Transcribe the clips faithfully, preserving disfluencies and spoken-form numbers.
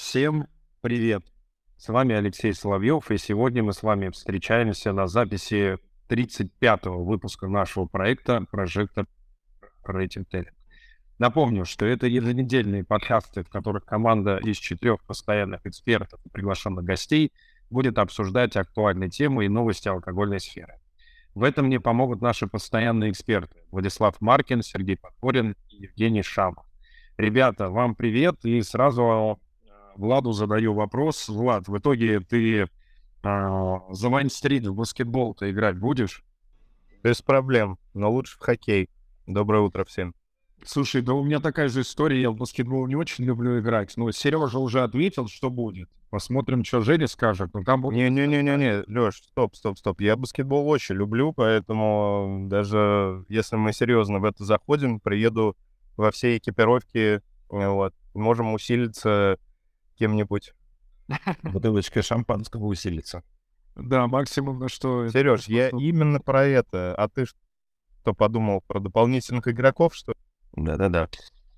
Всем привет! С вами Алексей Соловьев, и сегодня мы с вами встречаемся на записи тридцать пятого выпуска нашего проекта «Прожектор Rating Talent». Напомню, что это еженедельные подкасты, в которых команда из четырех постоянных экспертов и приглашенных гостей будет обсуждать актуальные темы и новости алкогольной сферы. В этом мне помогут наши постоянные эксперты Владислав Маркин, Сергей Подгорин и Евгений Шамов. Ребята, вам привет, и сразу Владу задаю вопрос. Влад, в итоге ты а, за Вайн-стрит в баскетбол-то играть будешь? Без проблем, но лучше в хоккей. Доброе утро всем. Слушай, да у меня такая же история, я в баскетбол не очень люблю играть, но Сережа уже ответил, что будет. Посмотрим, что Женя скажет. Но там будет... Не-не-не-не-не, Лёш, стоп, стоп, стоп. Я баскетбол очень люблю, поэтому даже если мы серьезно в это заходим, приеду во всей экипировке, вот. Можем усилиться кем-нибудь. Бутылочкой шампанского усилиться. Да, максимум на что... Сереж, я именно про это. А ты что подумал? Про дополнительных игроков, что ли? Да-да-да.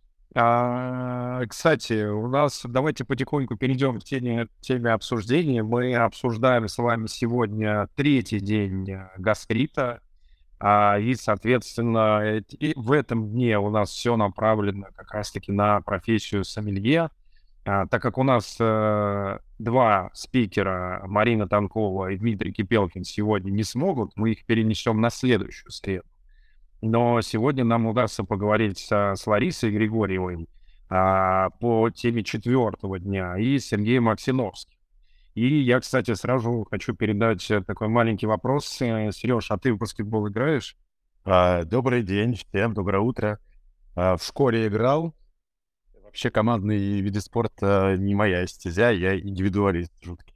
А, кстати, у нас, давайте потихоньку перейдем к теме, теме обсуждения. Мы обсуждаем с вами сегодня третий день гастрита. А, и, соответственно, и в этом дне у нас все направлено как раз-таки на профессию сомелье. А, так как у нас э, два спикера, Марина Танкова и Дмитрий Кипелкин, сегодня не смогут, мы их перенесем на следующую среду. Но сегодня нам удастся поговорить с, с Ларисой Григорьевой а, по теме четвертого дня и Сергеем Аксиновским. И я, кстати, сразу хочу передать такой маленький вопрос. Сереж, а ты в баскетбол играешь? А, добрый день всем, доброе утро. А, в школе играл. Вообще командные виды спорта не моя стезя, я индивидуалист жуткий.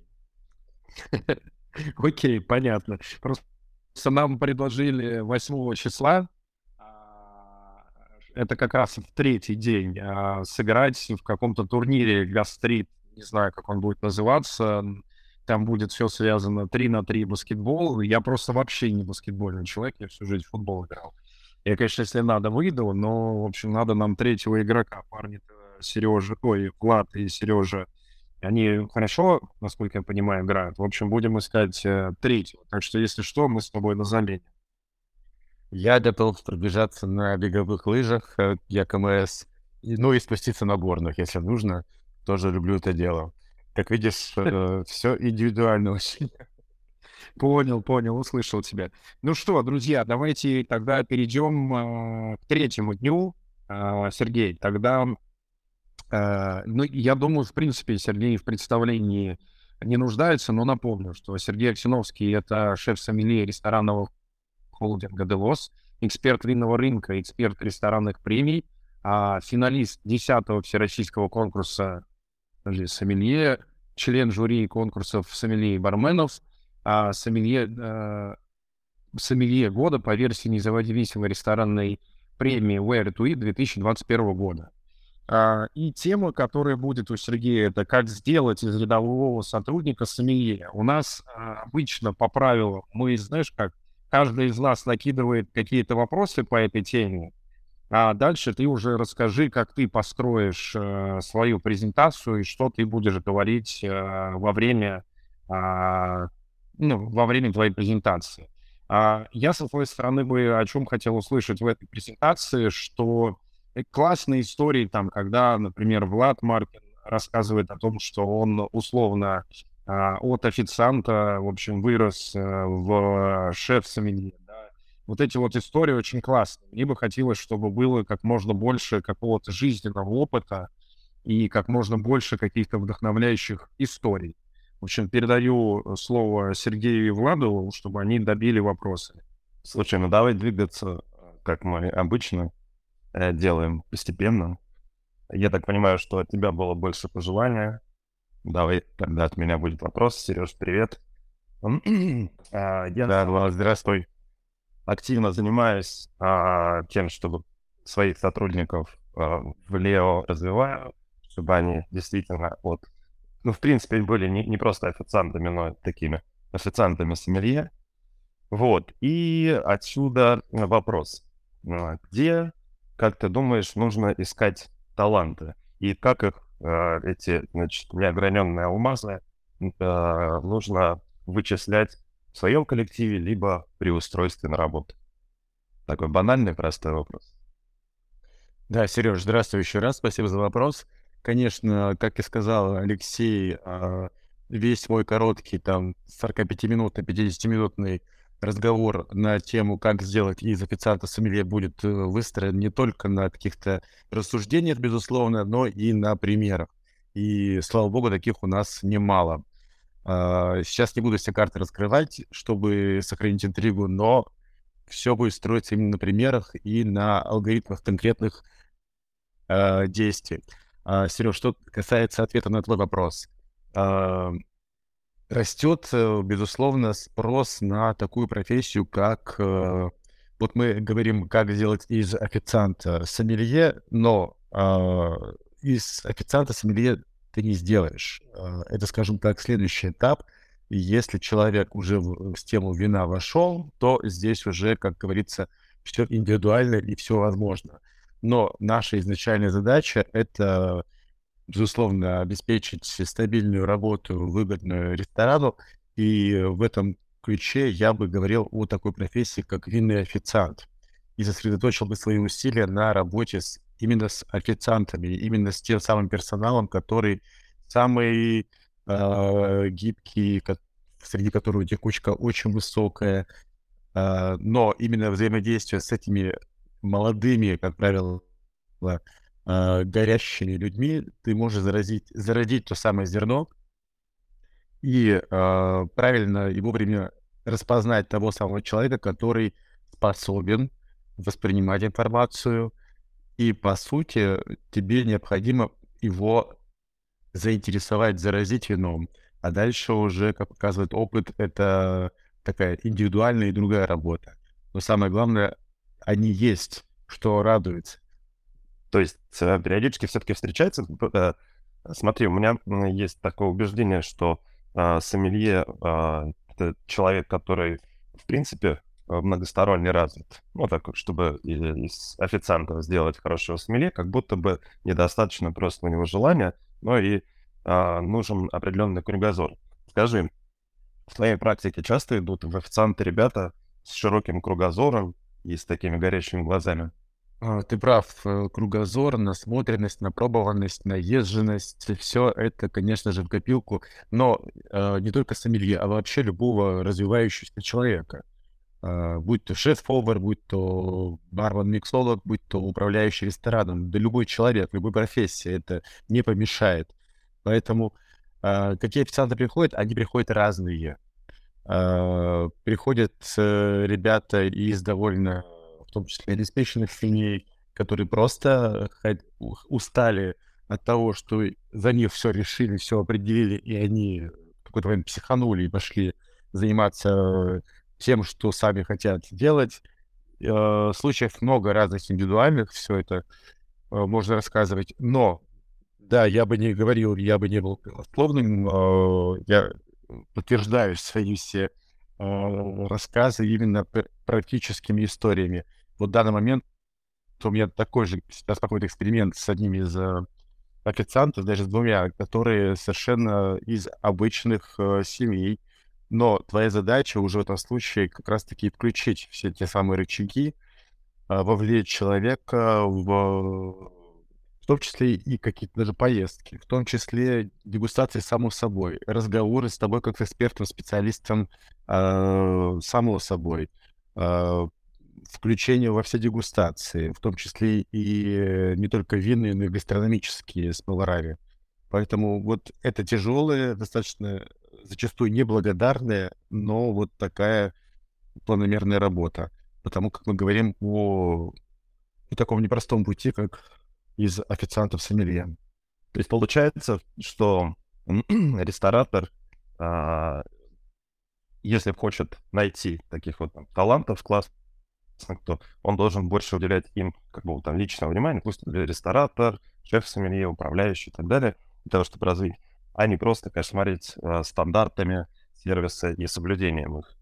Окей, понятно. Просто нам предложили восьмого числа, это как раз в третий день, сыграть в каком-то турнире «Гастрит», не знаю, как он будет называться. Там будет все связано три на три баскетбол. Я просто вообще не баскетбольный человек, я всю жизнь в футбол играл. Я, конечно, если надо, выйду, но, в общем, надо нам третьего игрока. Парни-то Сережа, ой, Влад и Сережа, они хорошо, насколько я понимаю, играют. В общем, будем искать э, третьего. Так что, если что, мы с тобой на замене. Я готов пробежаться на беговых лыжах, э, я КМС, и, ну и спуститься на горных, если нужно. Тоже люблю это дело. Как видишь, э, все индивидуально очень. Понял, понял, услышал тебя. Ну что, друзья, давайте тогда перейдем э, к третьему дню. Э, Сергей, тогда, э, ну, я думаю, в принципе, Сергей в представлении не нуждается, но напомню, что Сергей Аксиновский — это шеф-сомелье ресторанного холдинга «Делос», эксперт винного рынка, эксперт ресторанных премий, а финалист десятого всероссийского конкурса подожди, сомелье, член жюри конкурсов сомелье и барменов, а сомелье, э, сомелье года по версии независимой ресторанной премии Where to Eat две тысячи двадцать первого года. А, и тема, которая будет у Сергея, это как сделать из рядового сотрудника сомелье. У нас а, обычно по правилам мы, знаешь как, каждый из нас накидывает какие-то вопросы по этой теме, а дальше ты уже расскажи, как ты построишь э, свою презентацию и что ты будешь говорить э, во время, а, ну, во время твоей презентации. А, я, со своей стороны, бы о чем хотел услышать в этой презентации, что э, классные истории, там, когда, например, Влад Маркин рассказывает о том, что он условно а, от официанта, в общем, вырос а, в шеф-сомелье. Да. Вот эти вот истории очень классные. Мне бы хотелось, чтобы было как можно больше какого-то жизненного опыта и как можно больше каких-то вдохновляющих историй. В общем, передаю слово Сергею и Владу, чтобы они добили вопросы. Слушай, ну давай двигаться, как мы обычно э, делаем, постепенно. Я так понимаю, что от тебя было больше пожелания. Давай, тогда от меня будет вопрос. Сереж, привет. А, Я, да, Влад, здравствуй. Активно занимаюсь а, тем, чтобы своих сотрудников а, в Лео развиваю, чтобы они действительно вот, ну, в принципе, были не, не просто официантами, но такими официантами сомелье. Вот, и отсюда вопрос. А, Где, как ты думаешь, нужно искать таланты? И как их э, эти, значит, неограненные алмазы э, нужно вычислять в своем коллективе, либо при устройстве на работу? Такой банальный, простой вопрос. Да, Сереж, здравствуй еще раз, спасибо за вопрос. Конечно, как и сказал Алексей, а, весь мой короткий, там, сорокапятиминутный, пятидесятиминутный разговор на тему, как сделать из официанта сомелье, будет э, выстроен не только на каких-то рассуждениях, безусловно, но и на примерах. И, слава богу, таких у нас немало. А, Сейчас не буду все карты раскрывать, чтобы сохранить интригу, но все будет строиться именно на примерах и на алгоритмах конкретных э, действий. А, Сереж, что касается ответа на твой вопрос. А, Растет, э, безусловно, спрос на такую профессию, как... э, Вот мы говорим, как сделать из официанта сомелье, но а, из официанта сомелье ты не сделаешь. А, Это, скажем так, следующий этап. И Если человек уже в, в тему вина вошел, то здесь уже, как говорится, все индивидуально и все возможно. Но наша изначальная задача — это, безусловно, обеспечить стабильную работу, выгодную ресторану. И в этом ключе я бы говорил о такой профессии, как винный официант. И сосредоточил бы свои усилия на работе с, именно с официантами, именно с тем самым персоналом, который самый э, гибкий, ко- среди которого текучка очень высокая. Э, но именно взаимодействие с этими молодыми, как правило, э, горящими людьми, ты можешь заразить, зародить то самое зерно и э, правильно и вовремя распознать того самого человека, который способен воспринимать информацию, и, по сути, тебе необходимо его заинтересовать, заразить вином, а дальше уже, как показывает опыт, это такая индивидуальная и другая работа. Но самое главное, они есть, что радует. То есть э, периодически все-таки встречается. э, Смотри, у меня м, есть такое убеждение, что а, сомелье а, это человек, который, в принципе, а, многосторонне развит. Ну, так, вот, чтобы и- из официанта сделать хорошего сомелье, как будто бы недостаточно просто у него желания, но и а, нужен определенный кругозор. Скажи, в твоей практике часто идут в официанты ребята с широким кругозором и с такими горящими глазами? А, Ты прав, э, кругозор, насмотренность, напробованность, наезженность, все это, конечно же, в копилку, но э, не только сомелье, а вообще любого развивающегося человека. А, Будь то шеф-повар, будь то бармен-миксолог, будь то управляющий рестораном, да любой человек, любой профессии, это не помешает. Поэтому а, какие официанты приходят, они приходят разные. А, Приходят э, ребята из довольно, в том числе, обеспеченных семей, которые просто хот- у- устали от того, что за них все решили, все определили, и они в какой-то момент психанули и пошли заниматься э, тем, что сами хотят делать. Э, Случаев много разных индивидуальных, все это э, можно рассказывать, но да, я бы не говорил, я бы не был голословным. э, Я подтверждаю свои все э, рассказы именно пр- практическими историями. Вот в данный момент у меня такой же сейчас проходит эксперимент с одним из э, официантов, даже с двумя, которые совершенно из обычных э, семей. Но твоя задача уже в этом случае как раз-таки включить все те самые рычаги, а, вовлечь человека в, в том числе и какие-то даже поездки, в том числе дегустации само собой, разговоры с тобой как с экспертом, специалистом, а, само собой, а, включение во все дегустации, в том числе и э, не только винные, но и гастрономические с поварами. Поэтому вот это тяжелая, достаточно зачастую неблагодарная, но вот такая планомерная работа. Потому как мы говорим о, о таком непростом пути, как из официантов сомелье. То есть получается, что ресторатор, а, если хочет найти таких вот там талантов классных, то он должен больше уделять им как бы вот там личного внимания, пусть ресторатор, шеф-сомелье, управляющий и так далее, для того, чтобы развить, а не просто, конечно, смотреть а, стандартами сервиса и соблюдением их.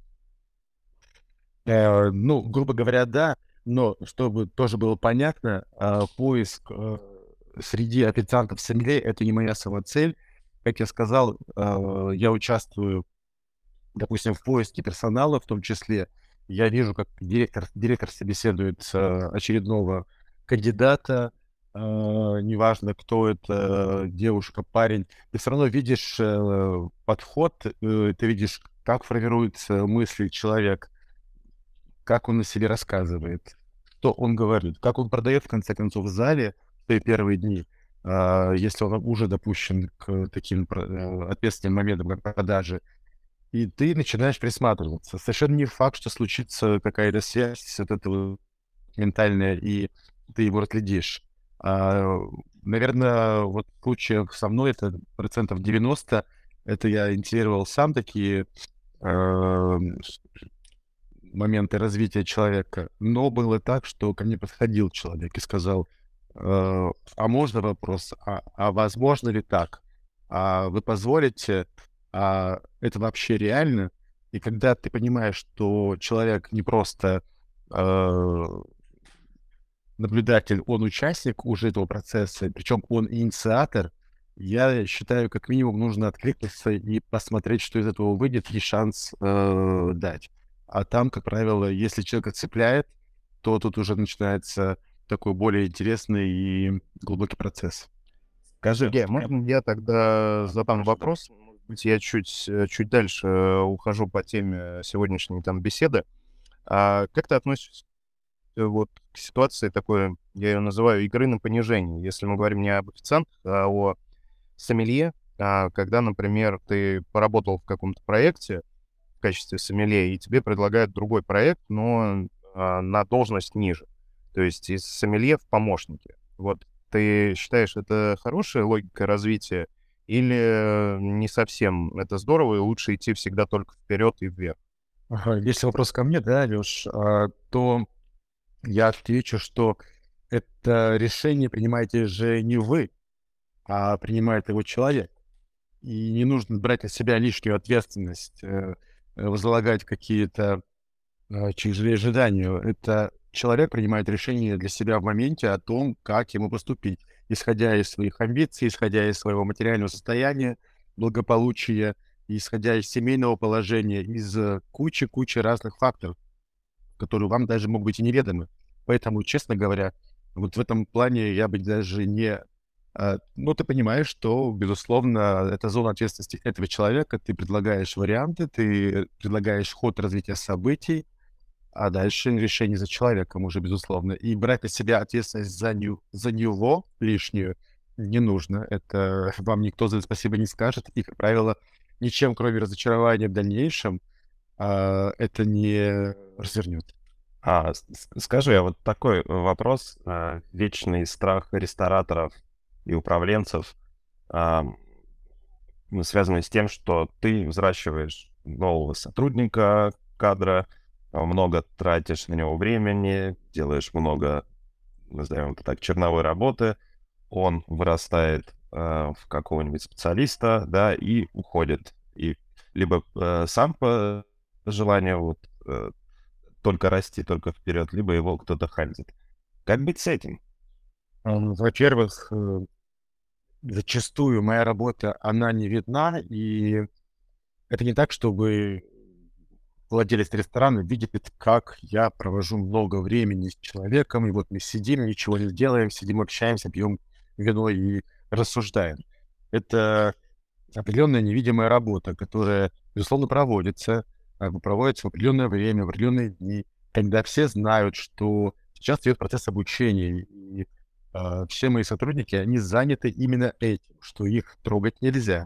Э, ну, грубо говоря, да, но чтобы тоже было понятно, а, поиск э, среди официантов сомелье это не моя самоцель. Как я сказал, э, я участвую, допустим, в поиске персонала, в том числе. Я вижу, как директор, директор собеседует э, очередного кандидата, э, неважно, кто это, девушка, парень. Ты все равно видишь э, подход, э, ты видишь, как формируются мысли человека, как он о себе рассказывает, что он говорит, как он продает, в конце концов, в зале в свои первые дни, а, если он уже допущен к таким про- э, ответственным моментам, как продажи. И ты начинаешь присматриваться. Совершенно не факт, что случится какая-то связь от этого ментальная, и ты его разглядишь. А, наверное, вот в случае со мной это процентов девяносто. Это я инициировал сам такие э, моменты развития человека. Но было так, что ко мне подходил человек и сказал, э, а можно вопрос, а, а возможно ли так? А вы позволите? А это вообще реально? И когда ты понимаешь, что человек не просто э, наблюдатель, он участник уже этого процесса, причем он инициатор, я считаю, как минимум нужно откликнуться и посмотреть, что из этого выйдет, и шанс э, дать. А там, как правило, если человека цепляет, то тут уже начинается такой более интересный и глубокий процесс. Скажи, Сергей, можно я тогда задам вопрос? Может быть, я чуть, э, чуть дальше э, ухожу по теме сегодняшней там беседы. А как ты относишься э, вот к ситуации такой, я ее называю игры на понижение, если мы говорим не об официантах, а о сомелье, а, когда, например, ты поработал в каком-то проекте в качестве сомелье, и тебе предлагают другой проект, но а, на должность ниже. То есть из сомелье в помощники. Вот ты считаешь, это хорошая логика развития или э, не совсем это здорово, и лучше идти всегда только вперед и вверх? Ага, если вопрос ко мне, да, Лёш, а, то я отвечу, что это решение принимаете же не вы, а принимает его человек. И не нужно брать на себя лишнюю ответственность, э, э, возлагать какие-то э, чужие ожидания. Это человек принимает решение для себя в моменте о том, как ему поступить, исходя из своих амбиций, исходя из своего материального состояния, благополучия, исходя из семейного положения, из э, кучи-кучи разных факторов, которые вам даже могут быть и неведомы. Поэтому, честно говоря, вот в этом плане я бы даже не... а, Ну, ты понимаешь, что, безусловно, это зона ответственности этого человека. Ты предлагаешь варианты, ты предлагаешь ход развития событий, а дальше решение за человеком уже, безусловно. И брать на себя ответственность за, ню- за него лишнюю не нужно. Это вам никто за это спасибо не скажет. И, как правило, ничем, кроме разочарования в дальнейшем, а, это не развернет. А, с- с- скажи, а вот такой вопрос, а, вечный страх рестораторов и управленцев, а, ну, связанный с тем, что ты взращиваешь нового сотрудника, кадра, а, много тратишь на него времени, делаешь много, назовем это так, черновой работы, он вырастает а, в какого-нибудь специалиста, да, и уходит. И либо а, сам по желанию вот э, только расти, только вперед, либо его кто-то хантит. Как быть с этим? Ам, Во-первых, э, зачастую моя работа, она не видна, и это не так, чтобы владелец ресторана видит, как я провожу много времени с человеком, и вот мы сидим, ничего не делаем, сидим, общаемся, пьем вино и рассуждаем. Это определенная невидимая работа, которая, безусловно, проводится, а, проводится в определенное время, в определенные дни, когда все знают, что сейчас идет процесс обучения, и а, все мои сотрудники, они заняты именно этим, что их трогать нельзя.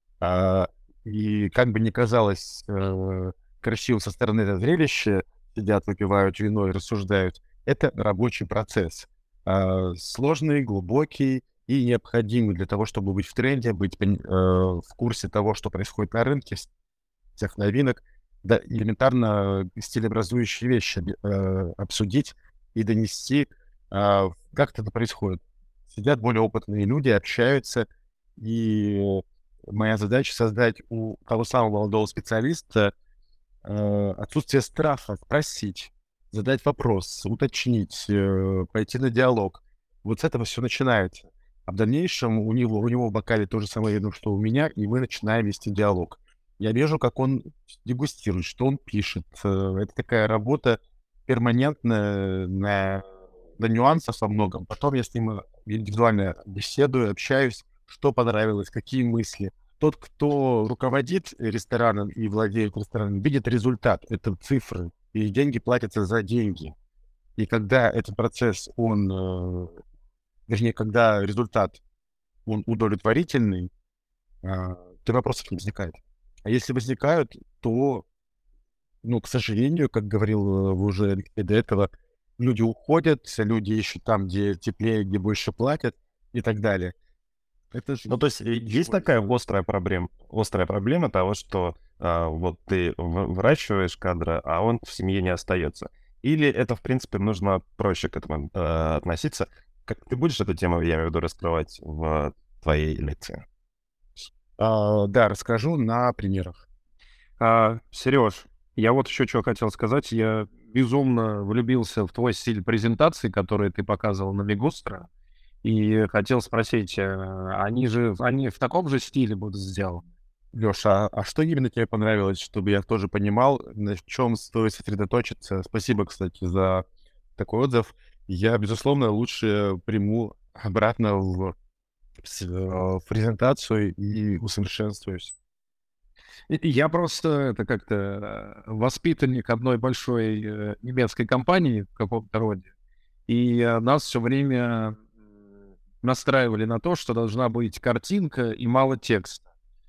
А, и как бы ни казалось э, красивым со стороны это зрелище, сидят, выпивают вино и рассуждают, это рабочий процесс. А, сложный, глубокий и необходимый для того, чтобы быть в тренде, быть пон- э, в курсе того, что происходит на рынке, с- всех новинок, да, элементарно стилеобразующие вещи э, обсудить и донести, а, как это происходит. Сидят более опытные люди, общаются, и моя задача создать у того самого молодого специалиста э, отсутствие страха, спросить, задать вопрос, уточнить, э, пойти на диалог. Вот с этого все начинается. А в дальнейшем у него, у него в бокале то же самое видно, что у меня, и мы начинаем вести диалог. Я вижу, как он дегустирует, что он пишет. Э, Это такая работа перманентная на, на нюансах во многом. Потом я с ним индивидуально беседую, общаюсь, что понравилось, какие мысли. Тот, кто руководит рестораном и владеет рестораном, видит результат, это цифры, и деньги платятся за деньги. И когда этот процесс, он, э, вернее, когда результат, он удовлетворительный, а, то вопросов не возникает. А если возникают, то, ну, к сожалению, как говорил э, вы уже Алексей до этого, люди уходят, люди ищут там, где теплее, где больше платят и так далее. Это же Ну, то есть э, есть такая острая проблема, острая проблема того, что а, вот ты в- выращиваешь кадра, а он в семье не остается. Или это, в принципе, нужно проще к этому э, относиться. Как ты будешь эту тему, я имею в виду, раскрывать в твоей лекции? А, да, расскажу на примерах. А, Сереж, я вот еще что хотел сказать. Я безумно влюбился в твой стиль презентации, который ты показывал на Мегустро. И хотел спросить, э, они же, они в таком же стиле будут сделаны? Леша, а, а что именно тебе понравилось, чтобы я тоже понимал, на чем стоит сосредоточиться? Спасибо, кстати, за такой отзыв. Я, безусловно, лучше приму обратно в, с- э, в презентацию и усовершенствуюсь. И- Я просто это как-то э, воспитанник одной большой э, немецкой компании в каком-то роде. И э, нас все время м, настраивали на то, что должна быть картинка и мало текста.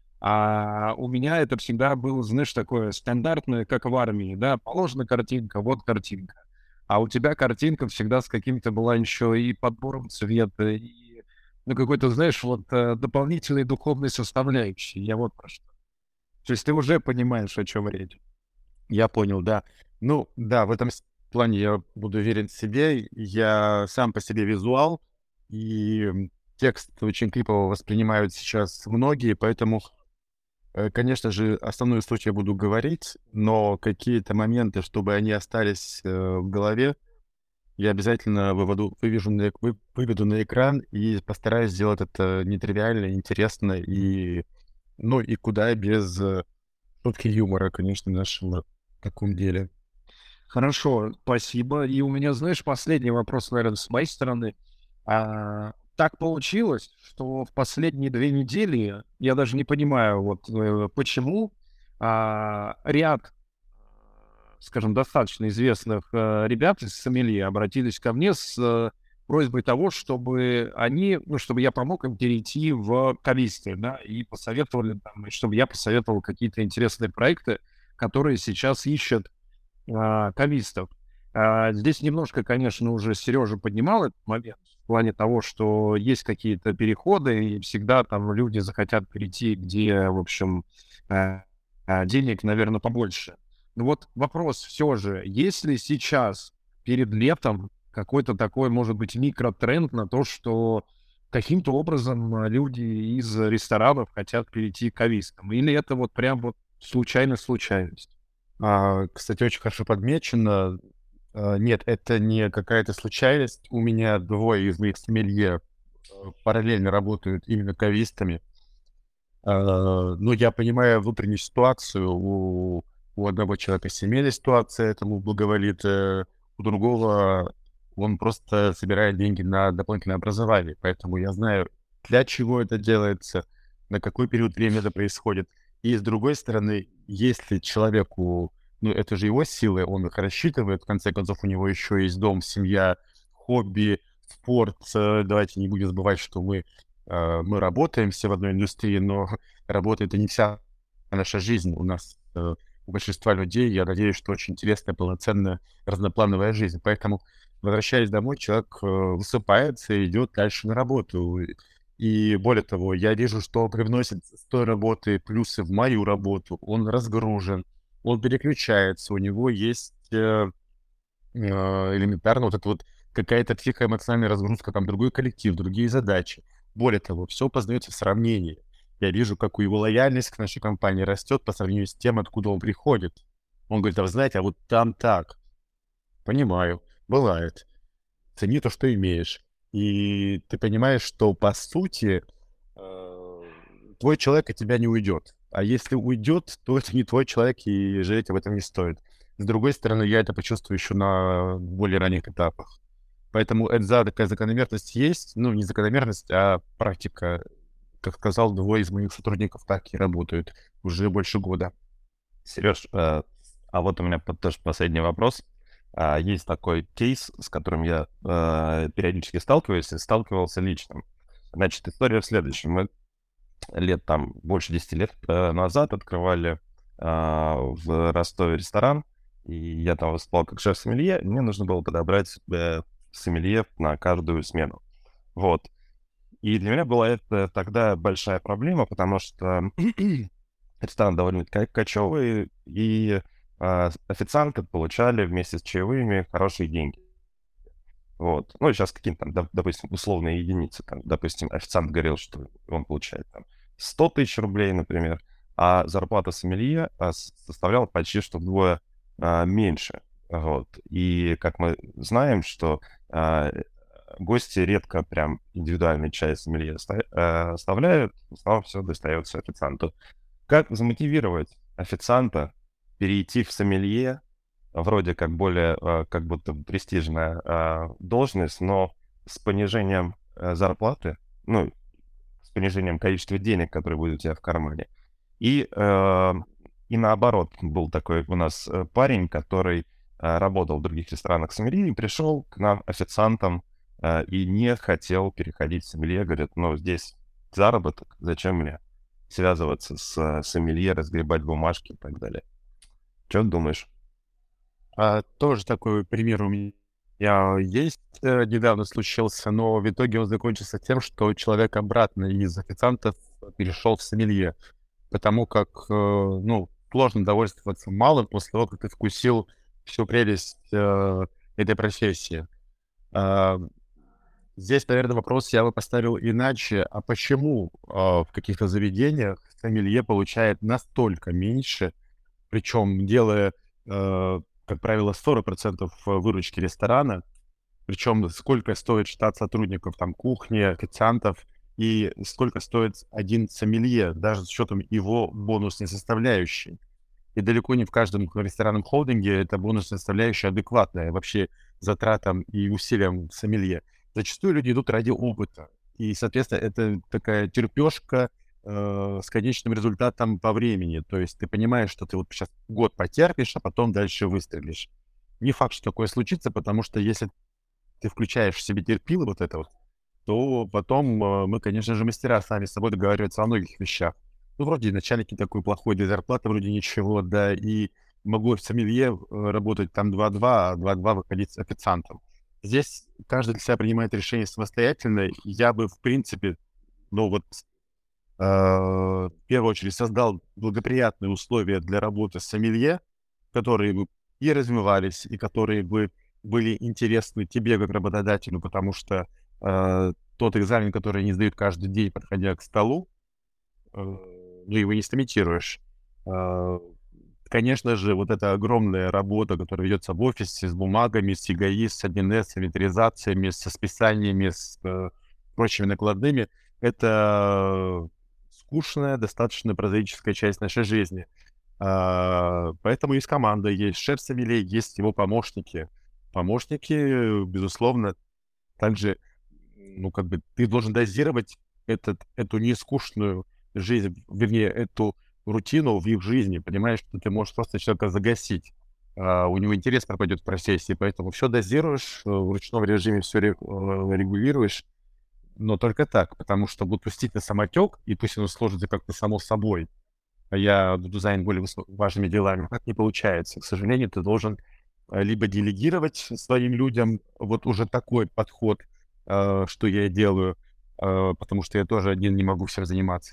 А у меня это всегда было, знаешь, такое стандартное, как в армии, да, положена картинка, вот картинка. А у тебя картинка всегда с каким-то была еще и подбором цвета, и, ну, какой-то, знаешь, вот э, дополнительной духовной составляющей. Я вот про что. То есть ты уже понимаешь, о чем речь. Я понял, да. Ну, да, в этом с- плане я буду уверен в себе. Я сам по себе визуал, и м, текст очень крипово воспринимают сейчас многие, поэтому, э, конечно же, основную суть я буду говорить, но какие-то моменты, чтобы они остались э, в голове, я обязательно выведу, вывяжу на, эк- вы- выведу на экран и постараюсь сделать это нетривиально, интересно и, ну, и куда без э, шутки юмора, конечно, в нашем таком деле. Хорошо, спасибо. И у меня, знаешь, последний вопрос, наверное, с моей стороны. А, так получилось, что в последние две недели, я даже не понимаю, вот э, почему а, ряд, скажем, достаточно известных э, ребят из сомелье обратились ко мне с э, просьбой того, чтобы они, ну, чтобы я помог им перейти в кависты, да, и посоветовали там, и чтобы я посоветовал какие-то интересные проекты, которые сейчас ищут а, кавистов. А, здесь немножко, конечно, уже Сережа поднимал этот момент в плане того, что есть какие-то переходы, и всегда там люди захотят перейти, где, в общем, а, а, денег, наверное, побольше. Но вот вопрос все же, есть ли сейчас перед летом какой-то такой, может быть, микротренд на то, что каким-то образом а, люди из ресторанов хотят перейти к кавистам? Или это вот прям вот случайность-случайность? А, кстати, очень хорошо подмечено. А, нет, это не какая-то случайность. У меня двое из моих сомелье э, параллельно работают именно кавистами. А, ну, я понимаю внутреннюю ситуацию. У, у одного человека семейная ситуация, этому благоволит, э, у другого он просто собирает деньги на дополнительное образование. Поэтому я знаю, для чего это делается, на какой период времени это происходит. И с другой стороны, если человеку, ну, это же его силы, он их рассчитывает, в конце концов, у него еще есть дом, семья, хобби, спорт. Э, Давайте не будем забывать, что мы э, мы работаем все в одной индустрии, но работа — это не вся наша жизнь. У нас, э, у большинства людей, я надеюсь, что очень интересная, полноценная, разноплановая жизнь. Поэтому, возвращаясь домой, человек э, высыпается и идет дальше на работу. И более того, я вижу, что он привносит с той работы плюсы в мою работу. Он разгружен, он переключается, у него есть э, э, элементарно вот это вот какая-то психоэмоциональная разгрузка, там другой коллектив, другие задачи. Более того, все познается в сравнении. Я вижу, как у его лояльность к нашей компании растет по сравнению с тем, откуда он приходит. Он говорит, а вы знаете, а вот там так. Понимаю, бывает. Цени то, что имеешь. И ты понимаешь, что, по сути, э, твой человек от тебя не уйдет. А если уйдет, то это не твой человек, и жалеть об этом не стоит. С другой стороны, я это почувствую еще на более ранних этапах. Поэтому это за- такая закономерность есть. Ну, не закономерность, а практика. Как сказал, двое из моих сотрудников так и работают уже больше года. Сереж, э, а вот у меня под- тоже последний вопрос. А, Есть такой кейс, с которым я э, периодически сталкиваюсь и сталкивался лично. Значит, история в следующем. Мы лет там, больше десяти лет э, назад открывали а, в Ростове ресторан, и я там выступал как шеф-сомелье, и мне нужно было подобрать э, сомелье на каждую смену. Вот. И для меня была это тогда большая проблема, потому что ресторан довольно ка- кочевый, и а, официанты получали вместе с чаевыми хорошие деньги. Вот. Ну, сейчас какие-то там, доп- допустим, условные единицы. Там, допустим, официант говорил, что он получает там сто тысяч рублей, например, а зарплата сомелье а, с- составляла почти что вдвое а, меньше. Вот. И как мы знаем, что а, гости редко прям индивидуальный чай сомелье оста- а, оставляют, в основном все достается официанту. Как замотивировать официанта перейти в сомелье, вроде как более, а, как будто бы престижная а, должность, но с понижением э, зарплаты, ну, с понижением количества денег, которые будут у тебя в кармане. И, э, и наоборот, был такой у нас э, парень, который э, работал в других ресторанах сомелье и пришел к нам официантом э, и не хотел переходить в сомелье. Говорит, ну, здесь заработок, зачем мне связываться с э, сомелье, разгребать бумажки и так далее. Что думаешь? А, тоже такой пример у меня есть, э, недавно случился, но в итоге он закончился тем, что человек обратно из официантов перешел в сомелье, потому как, э, ну, сложно довольствоваться малым после того, как ты вкусил всю прелесть э, этой профессии. А, Здесь, наверное, вопрос я бы поставил иначе. А почему а, в каких-то заведениях сомелье получает настолько меньше, причем делая, э, как правило, сорок процентов выручки ресторана, причем сколько стоит штат сотрудников там кухни, официантов, и сколько стоит один сомелье, даже с учетом его бонусной составляющей. И далеко не в каждом ресторанном холдинге эта бонусная составляющая адекватная вообще затратам и усилиям сомелье. Зачастую люди идут ради опыта. И, соответственно, это такая терпешка э, с конечным результатом по времени. То есть ты понимаешь, что ты вот сейчас год потерпишь, а потом дальше выстрелишь. Не факт, что такое случится, потому что если ты включаешь в себе терпило вот это вот, то потом э, мы, конечно же, мастера сами с собой договариваются о многих вещах. Ну, вроде начальники такой плохой, для зарплаты вроде ничего, да, и могу в сомелье э, работать там два-два, а два-два выходить с официантом. Здесь каждый для себя принимает решение самостоятельно. И я бы, в принципе, ну вот, э, в первую очередь создал благоприятные условия для работы с сомелье, которые бы и развивались, и которые бы были интересны тебе как работодателю, потому что э, тот экзамен, который они сдают каждый день, подходя к столу, э, ну, его не сымитируешь. Э, Конечно же, вот эта огромная работа, которая ведется в офисе с бумагами, с ЕГАИ, с один эс, с инвентаризациями, со списаниями, с э, прочими накладными, это скучная, достаточно прозаическая часть нашей жизни. А, Поэтому есть команда, есть шеф сомелье, есть его помощники. Помощники, безусловно, также, ну, как бы ты должен дозировать этот, эту нескучную жизнь, вернее, эту рутину в их жизни, понимаешь, что ты можешь просто человека загасить, а, у него интерес пропадет к профессии, поэтому все дозируешь, э, в ручном режиме все регулируешь, но только так, потому что вот пустить на самотек, и пусть оно сложится как-то само собой, а я буду занят более высо- важными делами. Так не получается. К сожалению, ты должен э, либо делегировать своим людям вот уже такой подход, э, что я и делаю, э, потому что я тоже один не могу всем заниматься.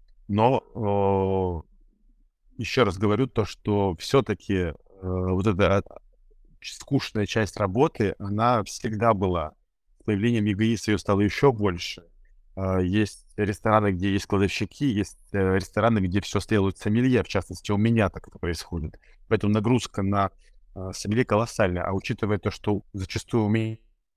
Но э, еще раз говорю то, что все-таки вот эта а, скучная часть работы, она всегда была. С появлением ЕГАИС ее стало еще больше. А, Есть рестораны, где есть кладовщики, есть э, рестораны, где все делают сомелье, в частности, у меня так это происходит. Поэтому нагрузка на а, сомелье колоссальная. А учитывая то, что зачастую у меня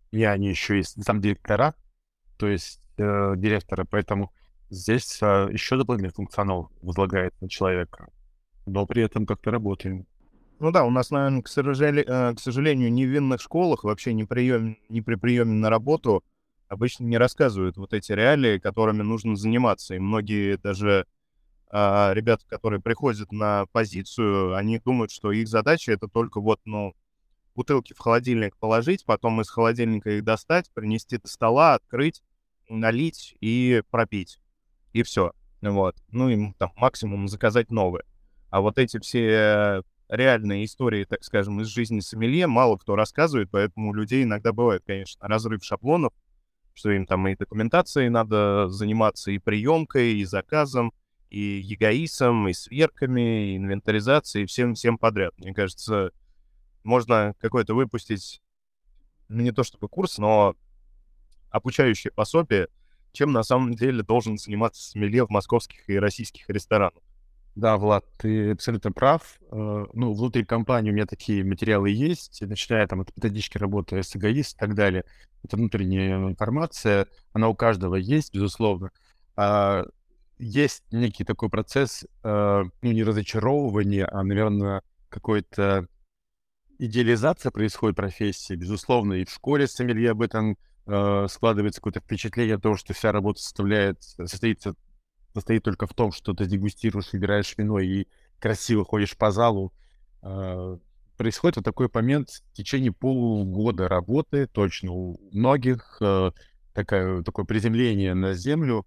и они еще есть замдиректора, то есть э, директора, поэтому здесь э, еще дополнительный функционал возлагает на человека, но при этом как-то работаем. Ну да, у нас, наверное, к сожалению, э, к сожалению, ни в винных школах, вообще ни, прием, ни при приеме на работу обычно не рассказывают вот эти реалии, которыми нужно заниматься. И многие даже а, ребята, которые приходят на позицию, они думают, что их задача — это только вот, ну, бутылки в холодильник положить, потом из холодильника их достать, принести до стола, открыть, налить и пропить. И все. Вот. Ну, им там максимум заказать новые. А вот эти все реальные истории, так скажем, из жизни сомелье мало кто рассказывает, поэтому у людей иногда бывает, конечно, разрыв шаблонов, что им там и документацией надо заниматься, и приемкой, и заказом, и ЕГАИСом, и сверками, и инвентаризацией, и всем-всем подряд. Мне кажется, можно какой-то выпустить, ну, не то чтобы курс, но обучающее пособие, чем на самом деле должен заниматься сомелье в московских и российских ресторанах. Да, Влад, ты абсолютно прав. Э, Ну, внутри компании у меня такие материалы есть, начиная там от методички работы с эгоист и так далее. Это внутренняя информация, она у каждого есть, безусловно. А есть некий такой процесс, э, ну, не разочаровывания, а, наверное, какой-то идеализация происходит профессии, безусловно, и в школе сомелье об этом э, складывается какое-то впечатление о том, что вся работа составляет, состоит, состоит только в том, что ты дегустируешь, выбираешь вино и красиво ходишь по залу. Э, происходит вот такой момент в течение полугода работы, точно у многих, э, такая, такое приземление на землю,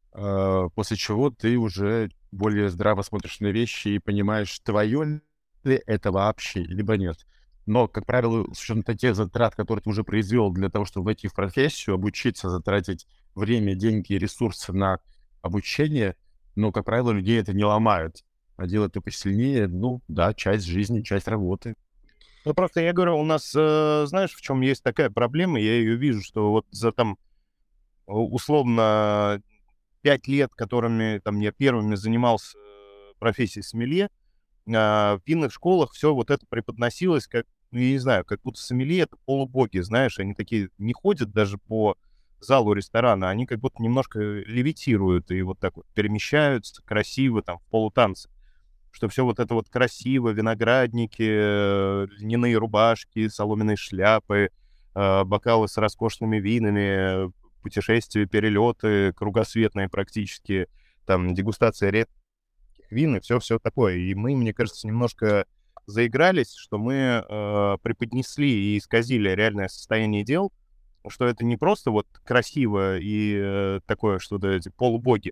э, после чего ты уже более здраво смотришь на вещи и понимаешь, твое ли это вообще, либо нет. Но, как правило, с учетом тех затрат, которые ты уже произвел для того, чтобы войти в профессию, обучиться, затратить время, деньги и ресурсы на обучение, но, как правило, людей это не ломают, а делает это посильнее, ну, да, часть жизни, часть работы. Ну, просто я говорю, у нас, э, знаешь, в чем есть такая проблема, я ее вижу, что вот за там у- условно пять лет, которыми там я первыми занимался э, профессией сомелье, а, в винных школах все вот это преподносилось как, ну, я не знаю, как будто сомелье — это полубоги, знаешь, они такие не ходят даже по залу ресторана, они как будто немножко левитируют и вот так вот перемещаются красиво там в полутанце, что все вот это вот красиво, виноградники, э, льняные рубашки, соломенные шляпы, э, бокалы с роскошными винами, путешествия, перелеты, кругосветные практически, там, дегустация редких вин и все-все такое. И мы, мне кажется, немножко заигрались, что мы э, преподнесли и исказили реальное состояние дел, что это не просто вот красиво и э, такое что-то, эти полубоги,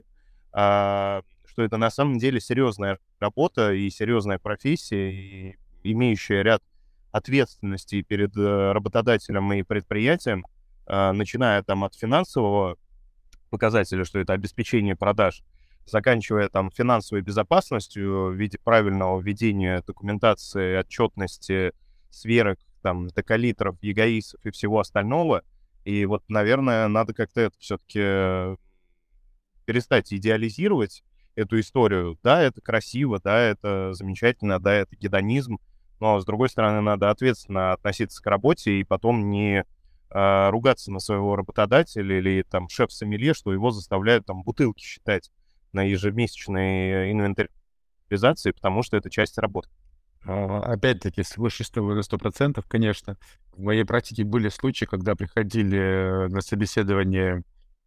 а что это на самом деле серьезная работа и серьезная профессия, и имеющая ряд ответственностей перед э, работодателем и предприятием, э, начиная там от финансового показателя, что это обеспечение продаж, заканчивая там финансовой безопасностью в виде правильного ведения документации, отчетности, сверок, там, декалитров, ЕГАИСов и всего остального. И вот, наверное, надо как-то это все-таки перестать идеализировать эту историю. Да, это красиво, да, это замечательно, да, это гедонизм, но, с другой стороны, надо ответственно относиться к работе и потом не а, ругаться на своего работодателя или там шеф-сомелье, что его заставляют там бутылки считать на ежемесячной инвентаризации, потому что это часть работы. А, Опять-таки, соглашусь с тобой на сто процентов, конечно. В моей практике были случаи, когда приходили э, на собеседование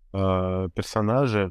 э, персонажи,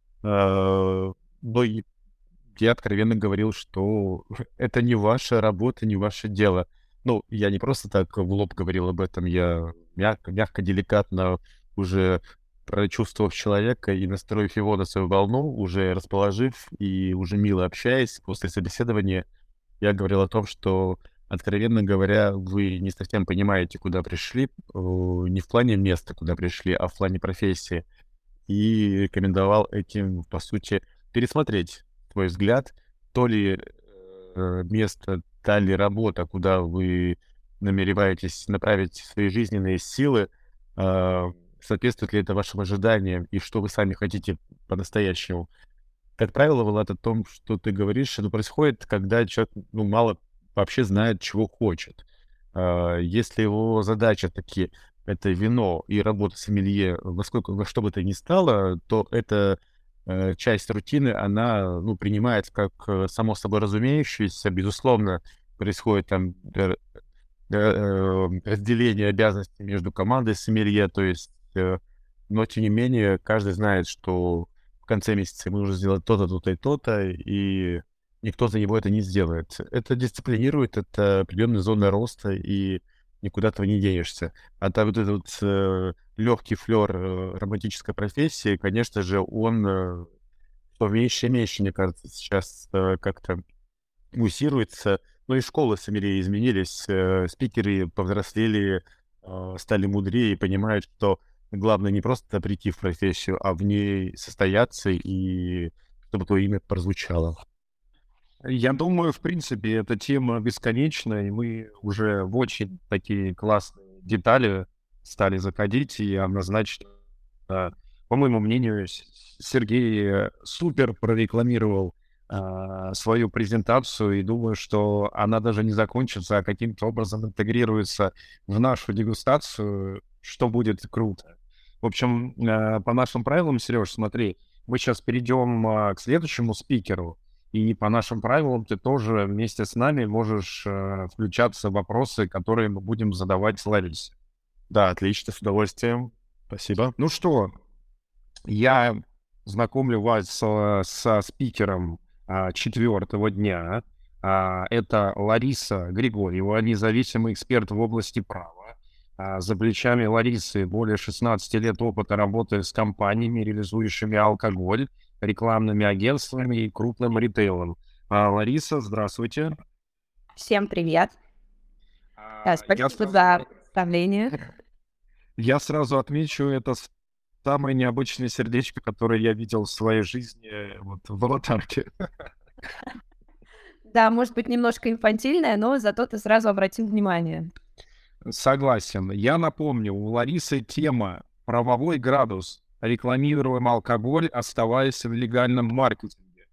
э, но и я откровенно говорил, что это не ваша работа, не ваше дело. Ну, я не просто так в лоб говорил об этом, я мягко, мягко, деликатно, уже прочувствовав человека и настроив его на свою волну, уже расположив и уже мило общаясь после собеседования, я говорил о том, что, откровенно говоря, вы не совсем понимаете, куда пришли, э, не в плане места, куда пришли, а в плане профессии. И рекомендовал этим, по сути, пересмотреть свой взгляд, то ли э, место, та ли работа, куда вы намереваетесь направить свои жизненные силы, э, соответствует ли это вашим ожиданиям и что вы сами хотите по-настоящему. Как правило, Влад, о том, что ты говоришь, это происходит, когда человек, ну, мало вообще знает, чего хочет. А, Если его задача таки это вино и работа сомелье во сколько во что бы то ни стало, то эта э, часть рутины, она, ну, принимается как э, само собой разумеющееся. Безусловно, происходит там э, э, э, разделение обязанностей между командой сомелье, то есть, э, но тем не менее каждый знает, что в конце месяца ему нужно сделать то-то, то-то и то-то, и никто за него это не сделает. Это дисциплинирует, это определенная зона роста, и никуда этого не денешься. А так вот этот вот, э, легкий флер э, романтической профессии, конечно же, он э, все меньше и меньше, мне кажется, сейчас э, как-то муссируется. Ну и школы сомелье изменились, э, спикеры повзрослели, э, стали мудрее и понимают, что главное не просто прийти в профессию, а в ней состояться и чтобы твое имя прозвучало. Я думаю, в принципе, эта тема бесконечна, и мы уже в очень такие классные детали стали заходить, и однозначно, а, по моему мнению, С- Сергей э, супер прорекламировал а, свою презентацию, и думаю, что она даже не закончится, а каким-то образом интегрируется в нашу дегустацию, что будет круто. В общем, а, по нашим правилам, Сереж, смотри, мы сейчас перейдем а, к следующему спикеру, и по нашим правилам ты тоже вместе с нами можешь э, включаться в вопросы, которые мы будем задавать Ларисе. Да, отлично, с удовольствием. Спасибо. Ну что, я знакомлю вас со, со спикером а, четвертого дня. А, это Лариса Григорьева, независимый эксперт в области права. А, за плечами Ларисы более шестнадцати лет опыта работы с компаниями, реализующими алкоголь, рекламными агентствами и крупным ритейлом. А, Лариса, здравствуйте. Всем привет. А, Да, я спасибо сразу, за представление. я сразу отмечу, это с- самое необычное сердечко, которое я видел в своей жизни э, вот, в аватарке. Да, может быть, немножко инфантильная, но зато ты сразу обратил внимание. Согласен. Я напомню, у Ларисы тема «Правовой градус. Рекламируем алкоголь, оставаясь в легальном маркетинге».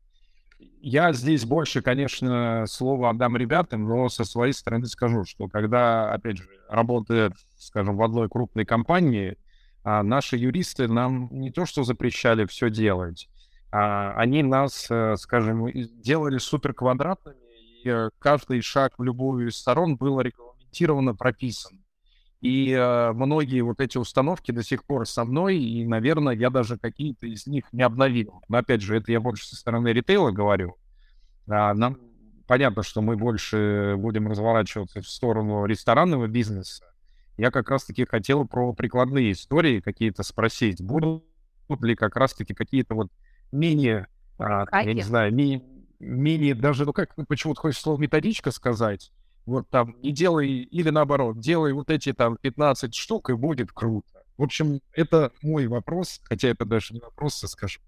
Я здесь больше, конечно, слово отдам ребятам, но со своей стороны скажу, что когда, опять же, работая, скажем, в одной крупной компании, а, наши юристы нам не то что запрещали все делать, а они нас, э, скажем, и делали супер квадратными, и э, каждый шаг в любую из сторон был регламентированно прописан. И э, многие вот эти установки до сих пор со мной, и, наверное, я даже какие-то из них не обновил. Но, опять же, это я больше со стороны ритейла говорю. А, нам понятно, что мы больше будем разворачиваться в сторону ресторанного бизнеса. Я как раз-таки хотел про прикладные истории какие-то спросить. Будут ли как раз-таки какие-то вот менее, а, я не Хаки. знаю, ми- менее даже, ну как, ну, почему-то хочешь слово методичка сказать. Вот там, не делай, или наоборот, делай вот эти там пятнадцать штук, и будет круто. В общем, это мой вопрос, хотя это даже не вопрос, а, скажем,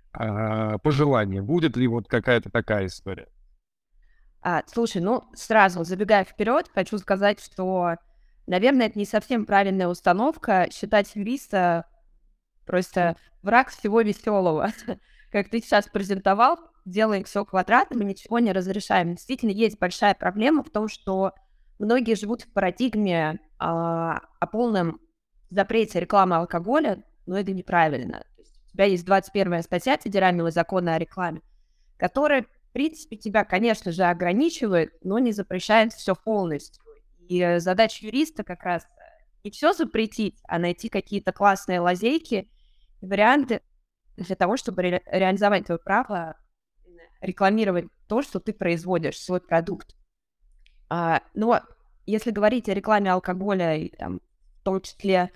а, пожелание. Будет ли вот какая-то такая история? А, слушай, ну, сразу забегая вперед, хочу сказать, что, наверное, это не совсем правильная установка считать юриста просто враг всего веселого. Как ты сейчас презентовал, делаем все квадратным и ничего не разрешаем. Действительно, есть большая проблема в том, что многие живут в парадигме а, о полном запрете рекламы алкоголя, но это неправильно. То есть у тебя есть двадцать первая статья Федерального закона о рекламе, которая, в принципе, тебя, конечно же, ограничивает, но не запрещает все полностью. И э, задача юриста как раз э, не все запретить, а найти какие-то классные лазейки, варианты для того, чтобы ре- реализовать твое право рекламировать то, что ты производишь, свой продукт. А, но если говорить о рекламе алкоголя, и, там, в том числе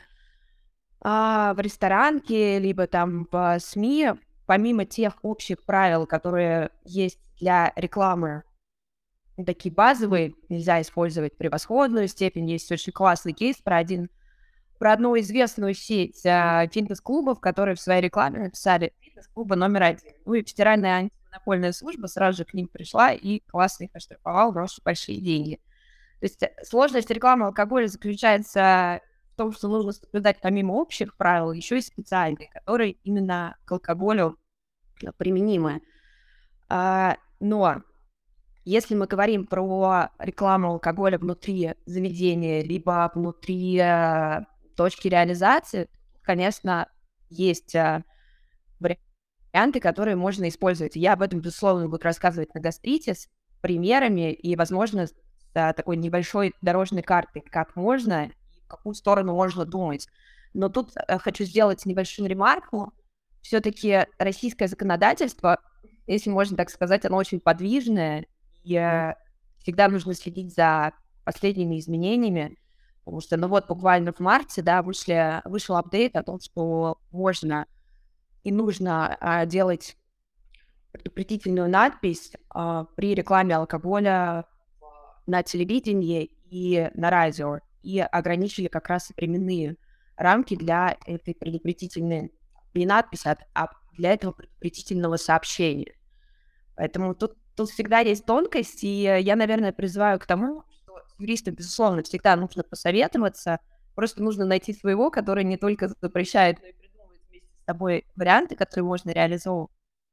а, в ресторанке, либо там в СМИ, помимо тех общих правил, которые есть для рекламы, такие базовые, нельзя использовать превосходную степень. Есть очень классный кейс про один, про одну известную сеть а, фитнес-клубов, которые в своей рекламе написали фитнес-клуба номер один. Ну и Федеральная антимонопольная служба сразу же к ним пришла и классно их оштрафовала за очень большие деньги. То есть э, сложность рекламы алкоголя заключается в том, что нужно соблюдать помимо общих правил еще и специальные, которые именно к алкоголю э, применимы. А, но Если мы говорим про рекламу алкоголя внутри заведения, либо внутри э, точки реализации, конечно, есть э, варианты, которые можно использовать. Я об этом, безусловно, буду рассказывать на гастрите с примерами и, возможно, с э, такой небольшой дорожной картой, как можно и в какую сторону можно думать. Но тут э, хочу сделать небольшую ремарку. Все-таки российское законодательство, если можно так сказать, оно очень подвижное, и э, всегда нужно следить за последними изменениями, потому что, ну вот, буквально в марте, да, вышли, вышел апдейт о том, что можно и нужно э, делать предупредительную надпись э, при рекламе алкоголя на телевидении и на радио, и ограничили как раз временные рамки для этой предупредительной, не надписи, а для этого предупредительного сообщения. Поэтому тут, тут всегда есть тонкость, и я, наверное, призываю к тому, что с юристом, безусловно, всегда нужно посоветоваться, просто нужно найти своего, который не только запрещает, но и придумывает вместе с тобой варианты, которые можно реализовывать.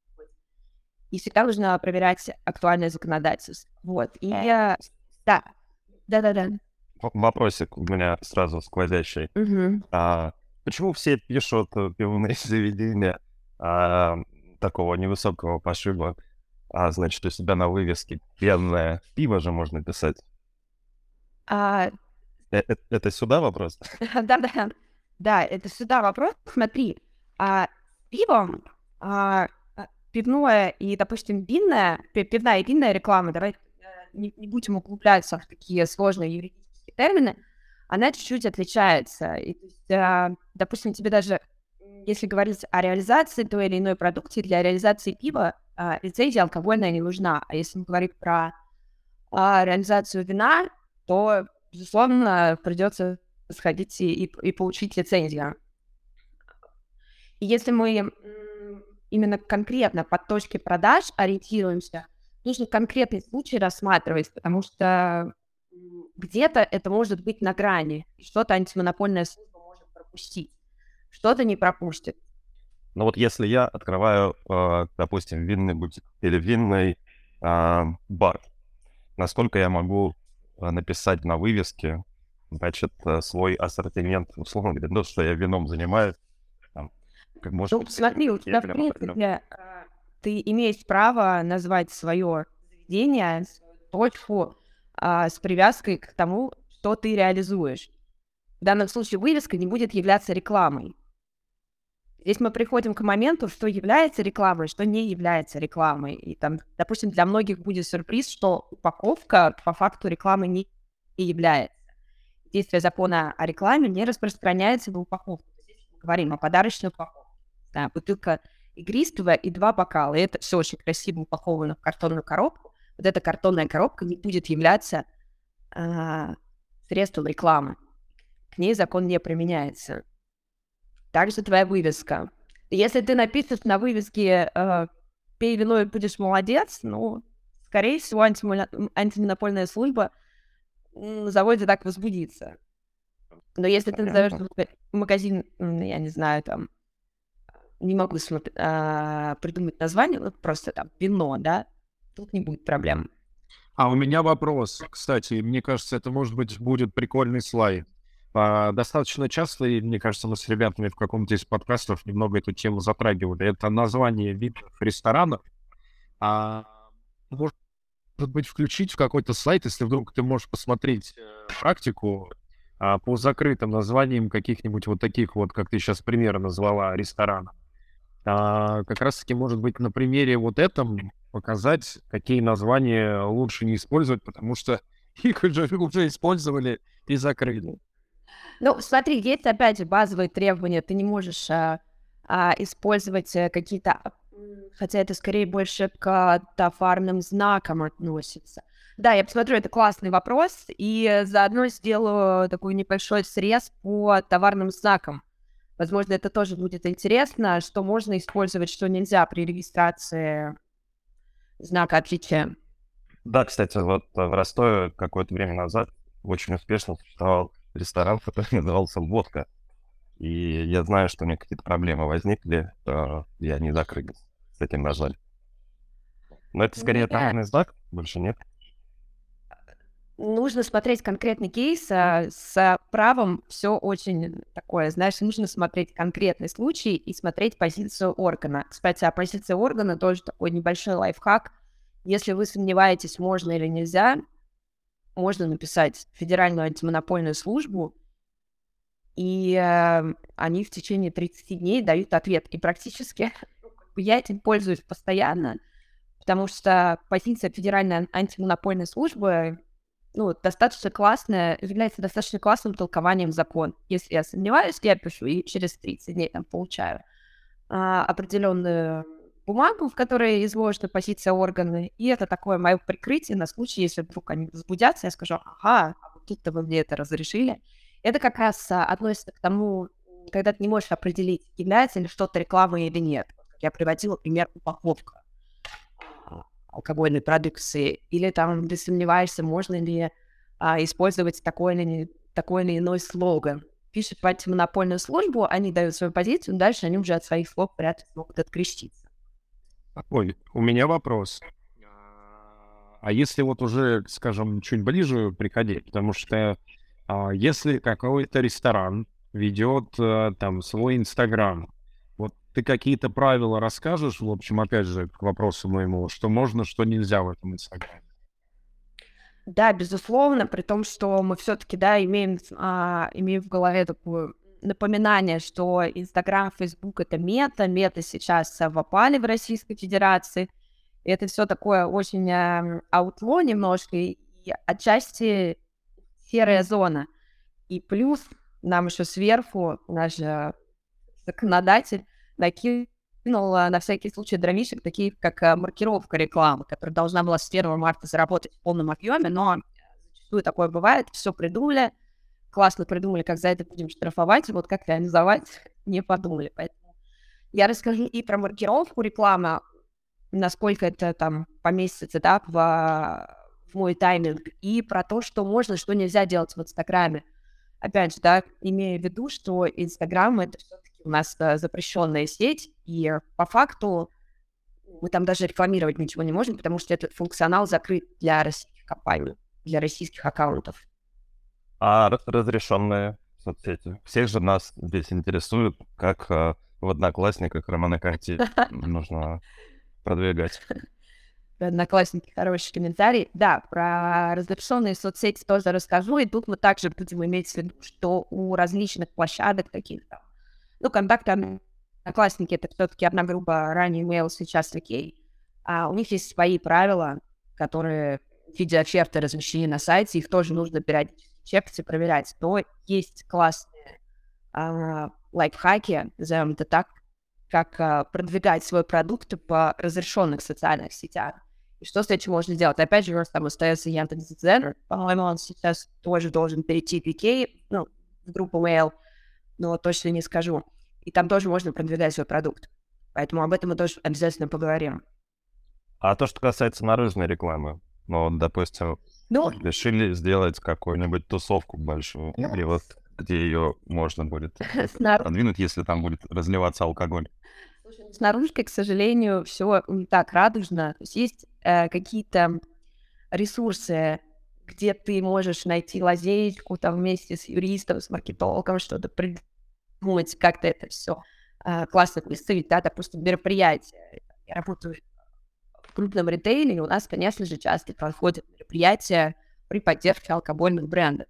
И всегда нужно проверять актуальное законодательство. Вот. И я... Да. Да-да-да. Вопросик у меня сразу сквозящий. Угу. А, почему все пишут пивные заведения а, такого невысокого пошиба? А, значит, у себя на вывеске пенное пиво же можно писать. А... Э -э это сюда вопрос? Да-да. Да, это сюда вопрос. Смотри, а, пивом, а, пивное и, допустим, винная, пивная и винная реклама, давай не, не будем углубляться в такие сложные юридические термины, она чуть-чуть отличается. И, то есть, а, допустим, тебе даже, если говорить о реализации той или иной продукции, для реализации пива а, лицензия алкогольная не нужна. А если мы говорим про а, реализацию вина, то, безусловно, придется сходить и, и, и получить лицензию. И если мы именно конкретно по точке продаж ориентируемся, нужно конкретный случай рассматривать, потому что где-то это может быть на грани, и что-то антимонопольная служба может пропустить, что-то не пропустит. Ну вот если я открываю, э, допустим, винный бутик или винный э, бар, насколько я могу э, написать на вывеске, значит, э, свой ассортимент, условно говоря, ну, что я вином занимаюсь, там, как может Ну, быть, смотри, у тебя, в принципе, ты имеешь право назвать свое заведение, свою точку а, с привязкой к тому, что ты реализуешь. В данном случае вывеска не будет являться рекламой. Здесь мы приходим к моменту, что является рекламой, что не является рекламой. И там, допустим, для многих будет сюрприз, что упаковка по факту рекламы не является. Действие закона о рекламе не распространяется на упаковку. Здесь мы говорим о подарочной упаковке. Да, бутылка игристого и два бокала. И это все очень красиво упаковано в картонную коробку. Вот эта картонная коробка не будет являться э, средством рекламы. К ней закон не применяется. Также твоя вывеска. Если ты напишешь на вывеске э, «пей вино и будешь молодец», ну, скорее всего, антимоно... антимонопольная служба на заводе так возбудится. Но если ты назовешь магазин, я не знаю, там, не могу смотри, а, придумать название, вот просто там вино, да, тут не будет проблем. А у меня вопрос, кстати, мне кажется, это, может быть, будет прикольный слайд. А, достаточно часто, и, мне кажется, мы с ребятами в каком-то из подкастов немного эту тему затрагивали. Это название видов ресторанов. А, может быть, включить в какой-то слайд, если вдруг ты можешь посмотреть э, практику а, по закрытым названиям каких-нибудь вот таких вот, как ты сейчас примеры назвала, ресторанов. А, как раз-таки, может быть, на примере вот этом показать, какие названия лучше не использовать, потому что их уже, уже использовали и закрыли. Ну, смотри, есть, опять же, базовые требования. Ты не можешь а, а, использовать какие-то... Хотя это скорее больше к товарным знакам относится. Да, я посмотрю, это классный вопрос, и заодно сделаю такой небольшой срез по товарным знакам. Возможно, это тоже будет интересно, что можно использовать, что нельзя при регистрации знака отличия. Да, кстати, вот в Ростове какое-то время назад очень успешно существовал ресторан, который назывался «Водка». И я знаю, что у меня какие-то проблемы возникли, и они закрылись с этим названием. Но это скорее Нет. товарный знак, больше нет. Нужно смотреть конкретный кейс, а с правом все очень такое, знаешь, нужно смотреть конкретный случай и смотреть позицию органа. Кстати, а позиция органа тоже такой небольшой лайфхак. Если вы сомневаетесь, можно или нельзя, можно написать в Федеральную антимонопольную службу, и э, они в течение тридцати дней дают ответ. И практически я этим пользуюсь постоянно, потому что позиция Федеральной антимонопольной службы ну, достаточно классная, является достаточно классным толкованием закона. Если я сомневаюсь, я пишу и через тридцать дней там получаю а, определенную бумагу, в которой изложена позиция органа, и это такое мое прикрытие на случай, если вдруг они возбудятся, я скажу, ага, а вот тут-то вы мне это разрешили. Это как раз а, относится к тому, когда ты не можешь определить, является ли что-то рекламой или нет. Я приводила пример упаковка алкогольной продукции, или там ты сомневаешься, можно ли а, использовать такой или, такой или иной слоган. Пишут в антимонопольную службу, они дают свою позицию, дальше они уже от своих слов вряд ли смогут откреститься. Ой, у меня вопрос. А если вот уже, скажем, чуть ближе приходить, потому что а, если какой-то ресторан ведет а, там свой Инстаграм, вот ты какие-то правила расскажешь, в общем, опять же, к вопросу моему, что можно, что нельзя в этом Инстаграме? Да, безусловно, при том, что мы все-таки, да, имеем, а, имеем в голове такое напоминание, что Инстаграм, Фейсбук — это мета, мета сейчас в опале в Российской Федерации, и это все такое очень а, аутло немножко, и отчасти серая зона. И плюс нам еще сверху наш а, законодатель накинул на всякий случай дровишек, такие как а, маркировка рекламы, которая должна была с первого марта заработать в полном объеме, но зачастую такое бывает, все придумали, классно придумали, как за это будем штрафовать, вот как реализовать, не подумали. Поэтому я расскажу и про маркировку рекламы, насколько это там поместится, да, в, в мой тайминг, и про то, что можно, что нельзя делать в Инстаграме. Опять же, да, имея в виду, что Инстаграм — это все-таки у нас а, запрещенная сеть, и по факту мы там даже рекламировать ничего не можем, потому что этот функционал закрыт для российских компаний, для российских аккаунтов. А р- разрешенные соцсети? Всех же нас здесь интересует, как э, в Одноклассниках Романа Карти нужно продвигать. Одноклассники, хороший комментарий. Да, про разрешенные соцсети тоже расскажу, и тут мы также будем иметь в виду, что у различных площадок каких-то, ну, контакты, Одноклассники — это все-таки одна группа, ранее имейл, сейчас окей, а у них есть свои правила, которые в виде оферты размещены на сайте, их тоже нужно периодически чекать и проверять. Но есть классные а, лайфхаки, назовем это так, как а, продвигать свой продукт в разрешенных социальных сетях. И что с этим можно делать? Опять же, у нас там остается Яндекс.Дзен, по-моему, он сейчас тоже должен перейти в ви кей, ну, в группу Mail, но точно не скажу. И там тоже можно продвигать свой продукт. Поэтому об этом мы тоже обязательно поговорим. А то, что касается наружной рекламы, ну, допустим, Ну, решили сделать какую-нибудь тусовку большую, или вот где ее можно будет снаружи, продвинуть, если там будет разливаться алкоголь. снаружи, к сожалению, все не так радужно. То есть есть э, какие-то ресурсы, где ты можешь найти лазейку там вместе с юристом, с маркетологом, что-то придумать, как-то это все э, классно представить, да, допустим, мероприятие. Я работаю в крупном ритейле, и у нас, конечно же, часто проходят мероприятия при поддержке алкогольных брендов.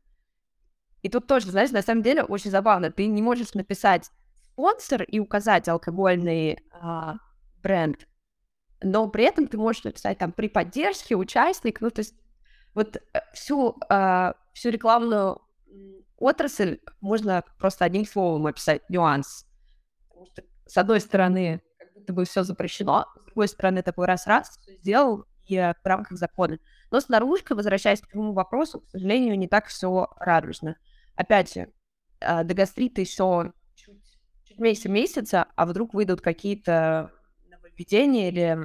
И тут тоже, знаешь, на самом деле очень забавно. Ты не можешь написать спонсор и указать алкогольный а, бренд, но при этом ты можешь написать там при поддержке участник. Ну, то есть вот всю, а, всю рекламную отрасль можно просто одним словом описать, нюанс. Потому что, с одной стороны, как будто бы все запрещено, с другой стороны, такой раз-раз все сделал и в рамках закона. Но снаружи, возвращаясь к твоему вопросу, к сожалению, не так все радужно. Опять же, до гастрита еще чуть, чуть меньше месяца, а вдруг выйдут какие-то нововведения или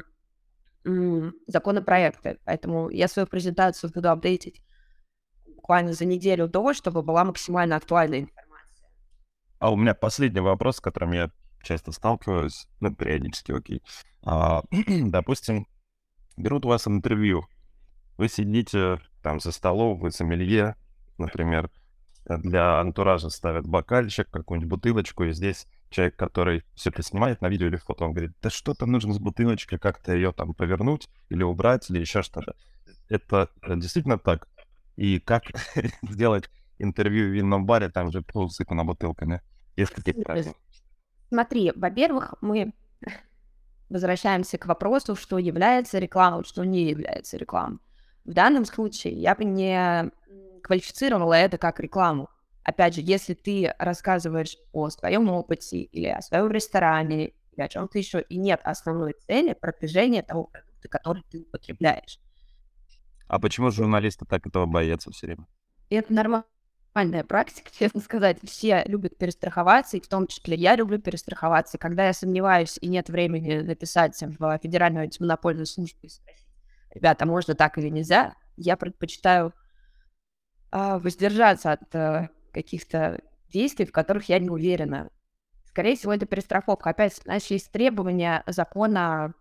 м- законопроекты. Поэтому я свою презентацию буду апдейтить буквально за неделю до, чтобы была максимально актуальная информация. А у меня последний вопрос, с которым я часто сталкиваюсь, ну, периодически, окей. А, допустим, Берут у вас интервью. Вы сидите там за столом, вы сомелье, например, для антуража ставят бокальчик, какую-нибудь бутылочку, и здесь человек, который все это снимает на видео или фото, он говорит, да что-то нужно с бутылочкой, как-то ее там повернуть или убрать, или еще что-то. Это действительно так. И как сделать интервью в винном баре, там же полсыкана бутылками. Есть какие-то правила? Смотри, во-первых, мы возвращаемся к вопросу, что является рекламой, что не является рекламой. В данном случае я бы не квалифицировала это как рекламу. Опять же, если ты рассказываешь о своем опыте или о своем ресторане, или о чем-то еще, и нет основной цели продвижения того продукта, который ты употребляешь. А почему журналисты так этого боятся все время? Это нормальная практика, честно сказать. Все любят перестраховаться, и в том числе я люблю перестраховаться. Когда я сомневаюсь и нет времени написать в Федеральную антимонопольную службу и спросить, ребята, можно так или нельзя, я предпочитаю а, воздержаться от а, каких-то действий, в которых я не уверена. Скорее всего, это перестраховка. Опять, знаешь, есть требования закона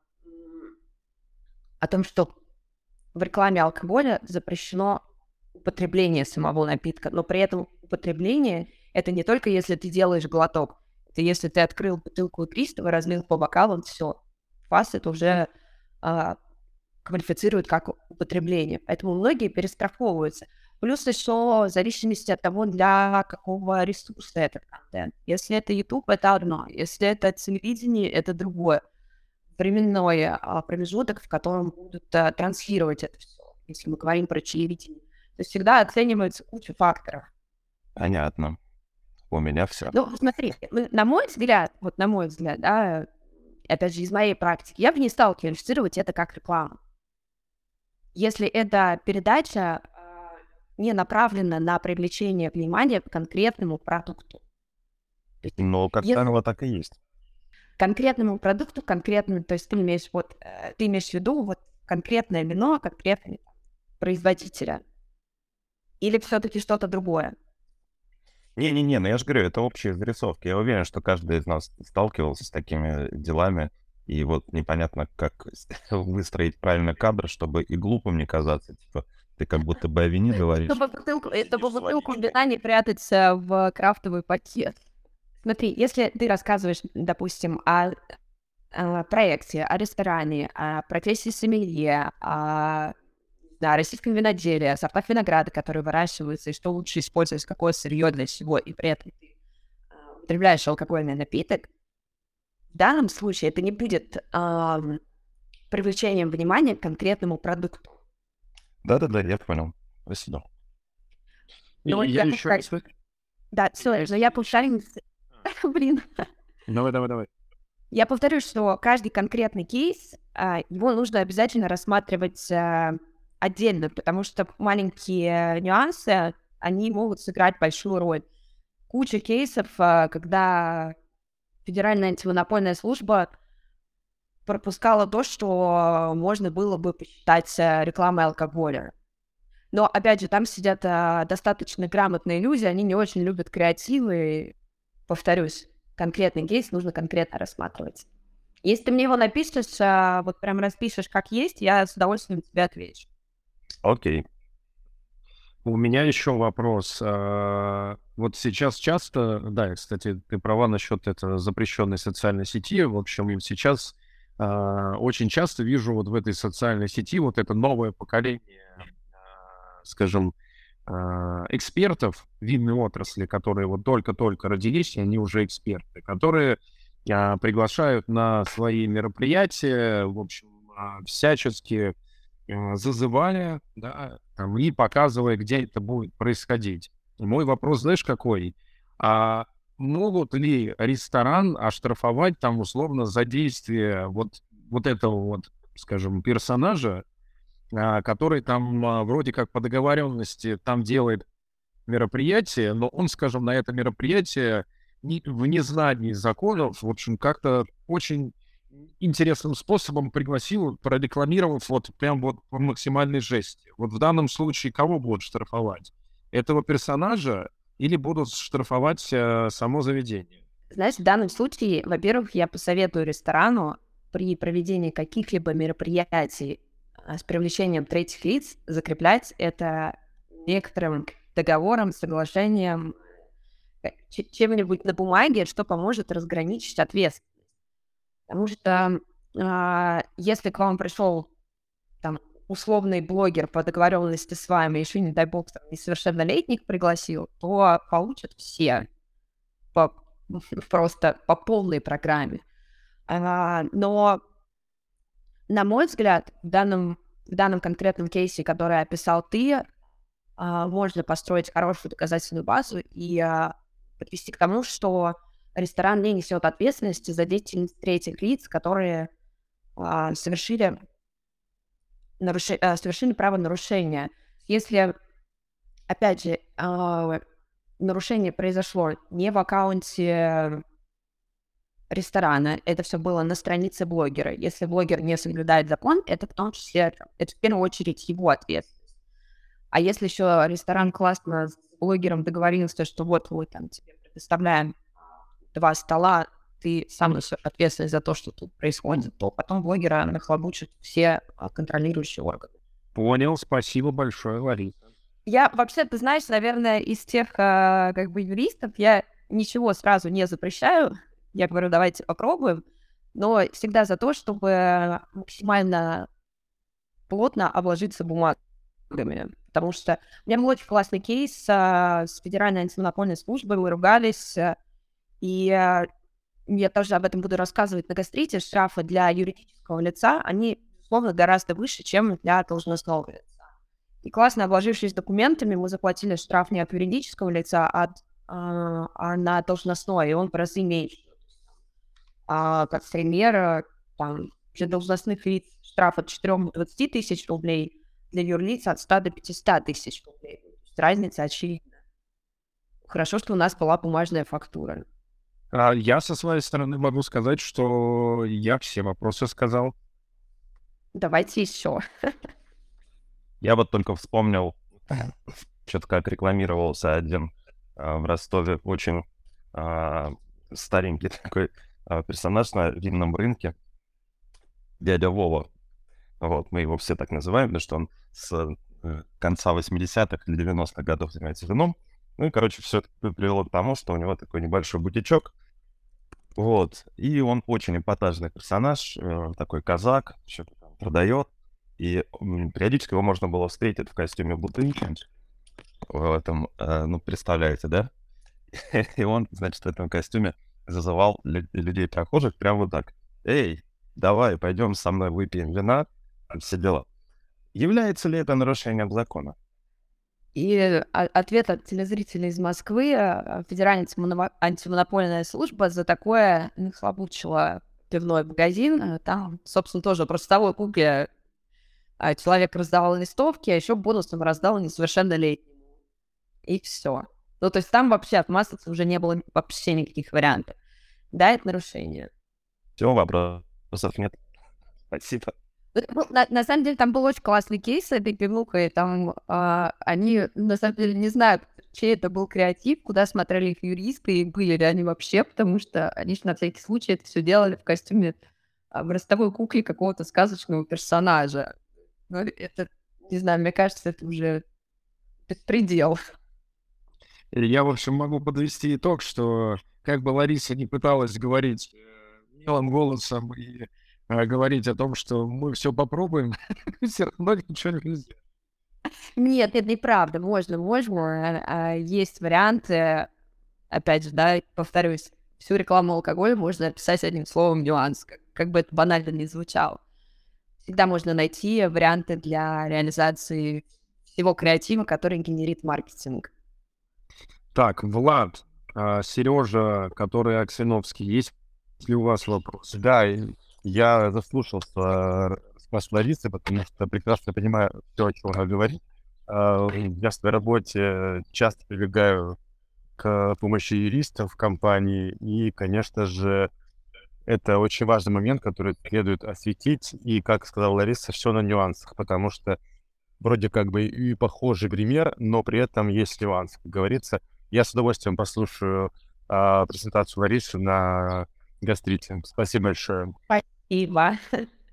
о том, что в рекламе алкоголя запрещено употребление самого напитка, но при этом употребление — это не только если ты делаешь глоток, это если ты открыл бутылку игристого, разлил по бокалам, все, вас это уже а, квалифицирует как употребление. Поэтому многие перестраховываются. Плюс еще в зависимости от того, для какого ресурса этот контент. Если это YouTube, это одно. Если это телевидение, это другое. Временной а, промежуток, в котором будут а, транслировать это все, если мы говорим про телевидение. То есть всегда оценивается куча факторов. Понятно. У меня все. Ну, смотри, на мой взгляд, вот на мой взгляд, да, опять же, из моей практики, я бы не стала квалифицировать это как рекламу. Если эта передача э, не направлена на привлечение внимания к конкретному продукту. Ну, как правило, так и есть. Конкретному продукту, конкретно, то есть ты имеешь, вот, э, ты имеешь в виду вот конкретное вино, конкретного производителя. Или все-таки что-то другое? Не-не-не, ну я же говорю, это общие зарисовки. Я уверен, что каждый из нас сталкивался с такими делами, и вот непонятно, как выстроить правильный кадр, чтобы и глупым не казаться. Типа, ты как будто бы о вине говоришь. Чтобы бутылку, чтобы бутылку вина не прятать в крафтовый пакет. Смотри, если ты рассказываешь, допустим, о, о проекте, о ресторане, о профессии сомелье, о да, российском виноделии, о сортах винограда, которые выращиваются, и что лучше использовать, какое сырье для чего, и при этом ты употребляешь алкогольный напиток, в данном случае это не будет э, привлечением внимания к конкретному продукту. Да-да-да, я понял. Спасибо. Но я я еще... повторю... Да, все, но я повторю... Блин. Давай, давай, давай. Я повторю, что каждый конкретный кейс, а, его нужно обязательно рассматривать а, отдельно, потому что маленькие нюансы, они могут сыграть большую роль. Куча кейсов, а, когда Федеральная антимонопольная служба пропускала то, что можно было бы посчитать рекламой алкоголя. Но, опять же, там сидят а, достаточно грамотные люди, они не очень любят креативы. Повторюсь, конкретный кейс нужно конкретно рассматривать. Если ты мне его напишешь, а, вот прям распишешь как есть, я с удовольствием тебе отвечу. Окей. У меня еще вопрос. А, вот сейчас часто, да, кстати, ты права насчет этой запрещенной социальной сети. В общем, сейчас а, очень часто вижу вот в этой социальной сети вот это новое поколение, а, скажем, а, экспертов винной отрасли, которые вот только-только родились, и они уже эксперты, которые а, приглашают на свои мероприятия, в общем, а, всячески а, зазывая, да, там, и показывая, где это будет происходить. И мой вопрос, знаешь, какой? А могут ли ресторан оштрафовать там условно за действие вот, вот этого вот, скажем, персонажа, а, который там а, вроде как по договоренности там делает мероприятие, но он, скажем, на это мероприятие не, в незнании законов, в общем, как-то очень интересным способом пригласил, прорекламировав вот прям вот по максимальной жести. Вот в данном случае кого будут штрафовать? Этого персонажа или будут штрафовать э, само заведение? Знаешь, в данном случае, во-первых, я посоветую ресторану при проведении каких-либо мероприятий а, с привлечением третьих лиц закреплять это некоторым договором, соглашением, э, ч- чем-нибудь на бумаге, что поможет разграничить ответственность. Потому что а, если к вам пришел там условный блогер по договоренности с вами, еще, не дай бог, там, несовершеннолетних пригласил, то получат все по, просто по полной программе. А, но, на мой взгляд, в данном, в данном конкретном кейсе, который описал ты, а, можно построить хорошую доказательную базу и а, подвести к тому, что ресторан не несет ответственности за деятельность третьих лиц, которые а, совершили, наруше- а, совершили правонарушение. Если, опять же, а, нарушение произошло не в аккаунте ресторана, это все было на странице блогера. Если блогер не соблюдает закон, это в том числе, это в первую очередь его ответственность. А если еще ресторан классно с блогером договорился, что вот мы там тебе предоставляем два стола, ты сам несешь ответственность за то, что тут происходит, то потом блогера нахлобучат все а, контролирующие органы. Понял, спасибо большое, Лариса. Я вообще, ты знаешь, наверное, из тех а, как бы юристов я ничего сразу не запрещаю. Я говорю, давайте попробуем, но всегда за то, чтобы максимально плотно обложиться бумагами. Потому что у меня был очень классный кейс а, с Федеральной антимонопольной службой, мы ругались, а, и а, я тоже об этом буду рассказывать на гастрите. Штрафы для юридического лица, они, безусловно, гораздо выше, чем для должностного лица. И классно обложившись документами, мы заплатили штраф не от юридического лица, а, от, а, а на должностное, и он в разы меньше. А, как пример, там, для должностных лиц штраф от четырёх до двадцати тысяч рублей, для юрлиц от ста до пятисот тысяч рублей. То есть разница очевидна. Хорошо, что у нас была бумажная фактура. А я со своей стороны могу сказать, что я все вопросы сказал. Давайте еще. Я вот только вспомнил, что-то как рекламировался один а, в Ростове очень а, старенький такой а, персонаж на винном рынке, дядя Вова. Вот, мы его все так называем, потому что он с э, конца восьмидесятых или девяностых годов занимается вином. Ну и, короче, все это привело к тому, что у него такой небольшой бутичок. Вот, и он очень эпатажный персонаж, э, такой казак, что-то там продает. И м, периодически его можно было встретить в костюме бутылки. В этом, э, ну, представляете, да? И он, значит, в этом костюме зазывал лю- людей прохожих прям вот так. Эй, давай, пойдем со мной выпьем вина, там все дела. Является ли это нарушением закона? И а- ответ от телезрителей из Москвы: а, Федеральная антимоно- антимонопольная служба за такое нахлобучила пивной магазин. А, Там, собственно, тоже просто того купле а, человек раздавал листовки, а еще бонусом раздал несовершеннолетнему. И все. Ну, то есть там вообще отмазаться уже не было вообще никаких вариантов. Да, это нарушение. Все, вопросов нет. Спасибо. Ну, это был- на, на самом деле, там был очень классный кейс с этой пивнухой. Там а, они, на самом деле, не знают, чей это был креатив, куда смотрели их юристы, и были ли они вообще, потому что они же на всякий случай это все делали в костюме а, в ростовой кукле какого-то сказочного персонажа. Ну, это, не знаю, мне кажется, это уже предел. И я, в общем, могу подвести итог, что как бы Лариса не пыталась говорить э, милым голосом и э, говорить о том, что мы все попробуем, все равно ничего нельзя. Нет, это неправда. Можно, можно. а, а, Есть варианты. Опять же, да, повторюсь, всю рекламу алкоголя можно описать одним словом нюанс, как, как бы это банально не звучало. Всегда можно найти варианты для реализации всего креатива, который генерит маркетинг. Так, Влад, а, Сережа, который Аксеновский, есть ли у вас вопросы? Да, и я заслушался э, рассказ Ларисы, потому что прекрасно понимаю все, о чем она говорит. Э, Я в своей работе часто прибегаю к помощи юристов в компании, и, конечно же, это очень важный момент, который следует осветить, и, как сказала Лариса, все на нюансах, потому что вроде как бы и похожий пример, но при этом есть нюанс, как говорится. Я с удовольствием послушаю а, презентацию Ларисы на гастрите. Спасибо большое. Спасибо.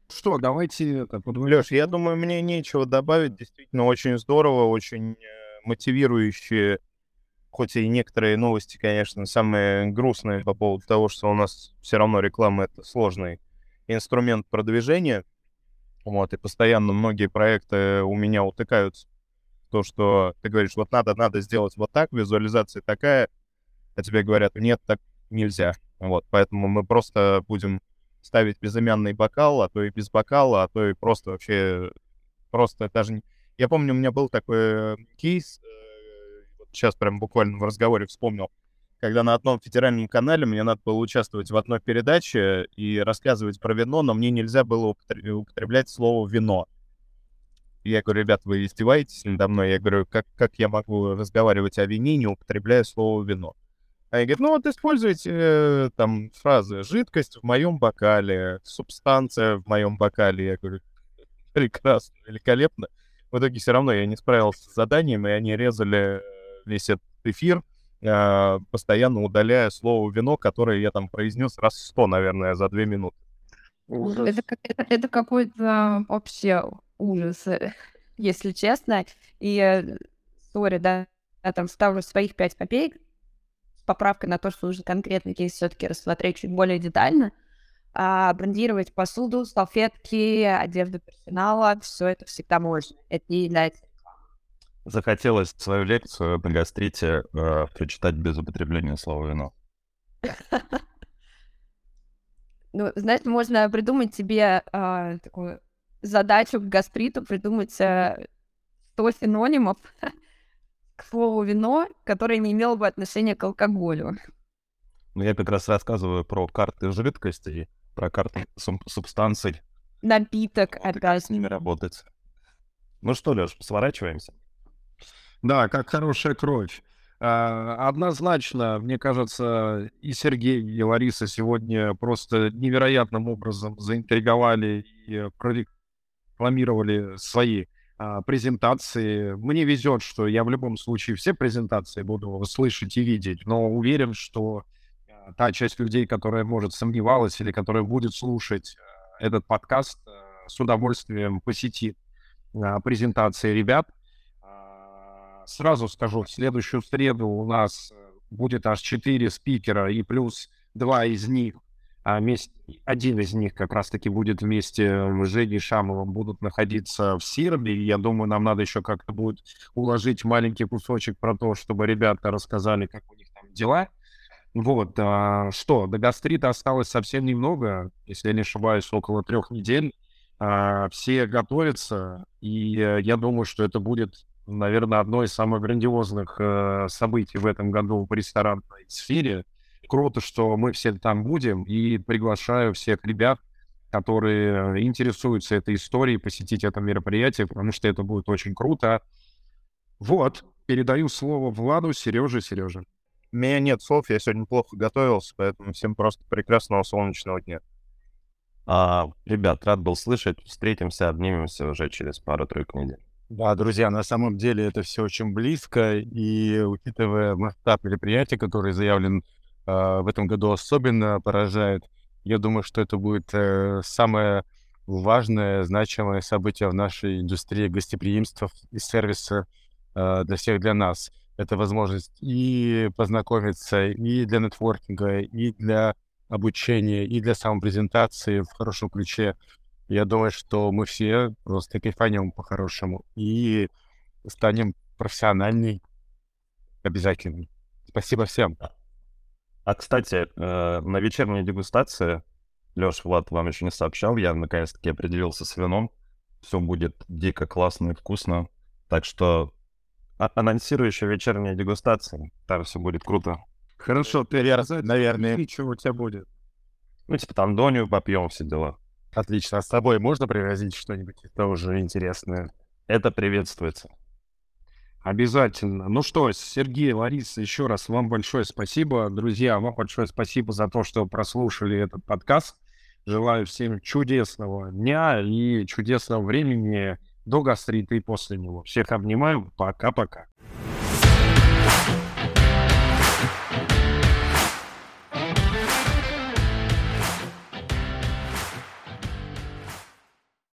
Что, давайте это подводим. Лёш, я думаю, мне нечего добавить. Действительно, очень здорово, очень э, мотивирующие, хоть и некоторые новости, конечно, самые грустные по поводу того, что у нас все равно реклама — это сложный инструмент продвижения. Вот, и постоянно многие проекты у меня утыкаются в то, что ты говоришь, вот надо, надо сделать вот так, визуализация такая, а тебе говорят, нет, так нельзя. Вот, поэтому мы просто будем ставить безымянный бокал, а то и без бокала, а то и просто вообще, просто даже... не- Я помню, у меня был такой э, кейс, э, вот сейчас прям буквально в разговоре вспомнил, когда на одном федеральном канале мне надо было участвовать в одной передаче и рассказывать про вино, но мне нельзя было употр- употреблять слово «вино». И я говорю, ребят, вы издеваетесь надо мной? Я говорю, как, как я могу разговаривать о вине, не употребляя слово «вино»? А они говорят, ну вот используйте э, там фразы «жидкость в моем бокале», «субстанция в моем бокале». Я говорю, прекрасно, великолепно. В итоге все равно я не справился с заданием, и они резали весь этот эфир, э, постоянно удаляя слово «вино», которое я там произнес раз сто, наверное, за две минуты. Это, как- это, это какой-то вообще ужас, э, если честно. И, э, сори, да, я там ставлю своих пять копеек с поправкой на то, что нужно конкретный кейс все-таки рассмотреть чуть более детально. А брендировать посуду, салфетки, одежду персонала, все это всегда можно. Это не является... Захотелось свою лекцию по гастрите э, прочитать без употребления слова «вино». Ну, знаешь, можно придумать себе а, такую задачу к гастриту, придумать а, сто синонимов к слову «вино», которое не имело бы отношения к алкоголю. Ну, я как раз рассказываю про карты жидкостей, про карты суб- субстанций. Напиток, Вот, и как опять. с ними работать. Ну что, Леш, сворачиваемся? Да, как хорошая кровь. А, Однозначно, мне кажется, и Сергей, и Лариса сегодня просто невероятным образом заинтриговали и прорекламировали свои а, презентации. Мне везет, что я в любом случае все презентации буду слышать и видеть, но уверен, что а, та часть людей, которая, может, сомневалась или которая будет слушать а, этот подкаст, а, с удовольствием посетит а, презентации ребят. А, Сразу скажу, в следующую среду у нас э, будет аж четыре спикера, и плюс два из них, а вместе, один из них как раз-таки будет вместе с Женей Шамовым, будут находиться в Сербии. Я думаю, нам надо еще как-то будет уложить маленький кусочек про то, чтобы ребята рассказали, как у них там дела. Вот, а, что, до гастрита осталось совсем немного, если я не ошибаюсь, около трех недель. А, все готовятся, и э, я думаю, что это будет, наверное, одно из самых грандиозных э, событий в этом году в ресторанной сфере. Круто, что мы все там будем, и приглашаю всех ребят, которые интересуются этой историей, посетить это мероприятие, потому что это будет очень круто. Вот, передаю слово Владу, Сереже, Сереже. У меня нет слов, я сегодня плохо готовился, поэтому всем просто прекрасного солнечного дня. А, ребят, рад был слышать. Встретимся, обнимемся уже через пару-тройку недель. Да, друзья, на самом деле это все очень близко, и учитывая масштаб мероприятия, который заявлен э, в этом году, особенно поражает, я думаю, что это будет э, самое важное, значимое событие в нашей индустрии гостеприимства и сервиса э, для всех, для нас. Это возможность и познакомиться, и для нетворкинга, и для обучения, и для самопрезентации в хорошем ключе. Я думаю, что мы все просто кайфанем по-хорошему и станем профессиональней обязательно. Спасибо всем. А, кстати, э, на вечерней дегустации, Леш, Влад вам еще не сообщал, я наконец-таки определился с вином. Все будет дико классно и вкусно. Так что а- анонсирую еще вечерние дегустации. Там все будет круто. Хорошо, ты Наверное, наверное. и что у тебя будет? Ну, типа тандонию попьем, все дела. Отлично. А с собой можно привозить что-нибудь тоже интересное? Это приветствуется. Обязательно. Ну что, Сергей, Лариса, еще раз вам большое спасибо. Друзья, вам большое спасибо за то, что прослушали этот подкаст. Желаю всем чудесного дня и чудесного времени до гастрита и после него. Всех обнимаю. Пока-пока.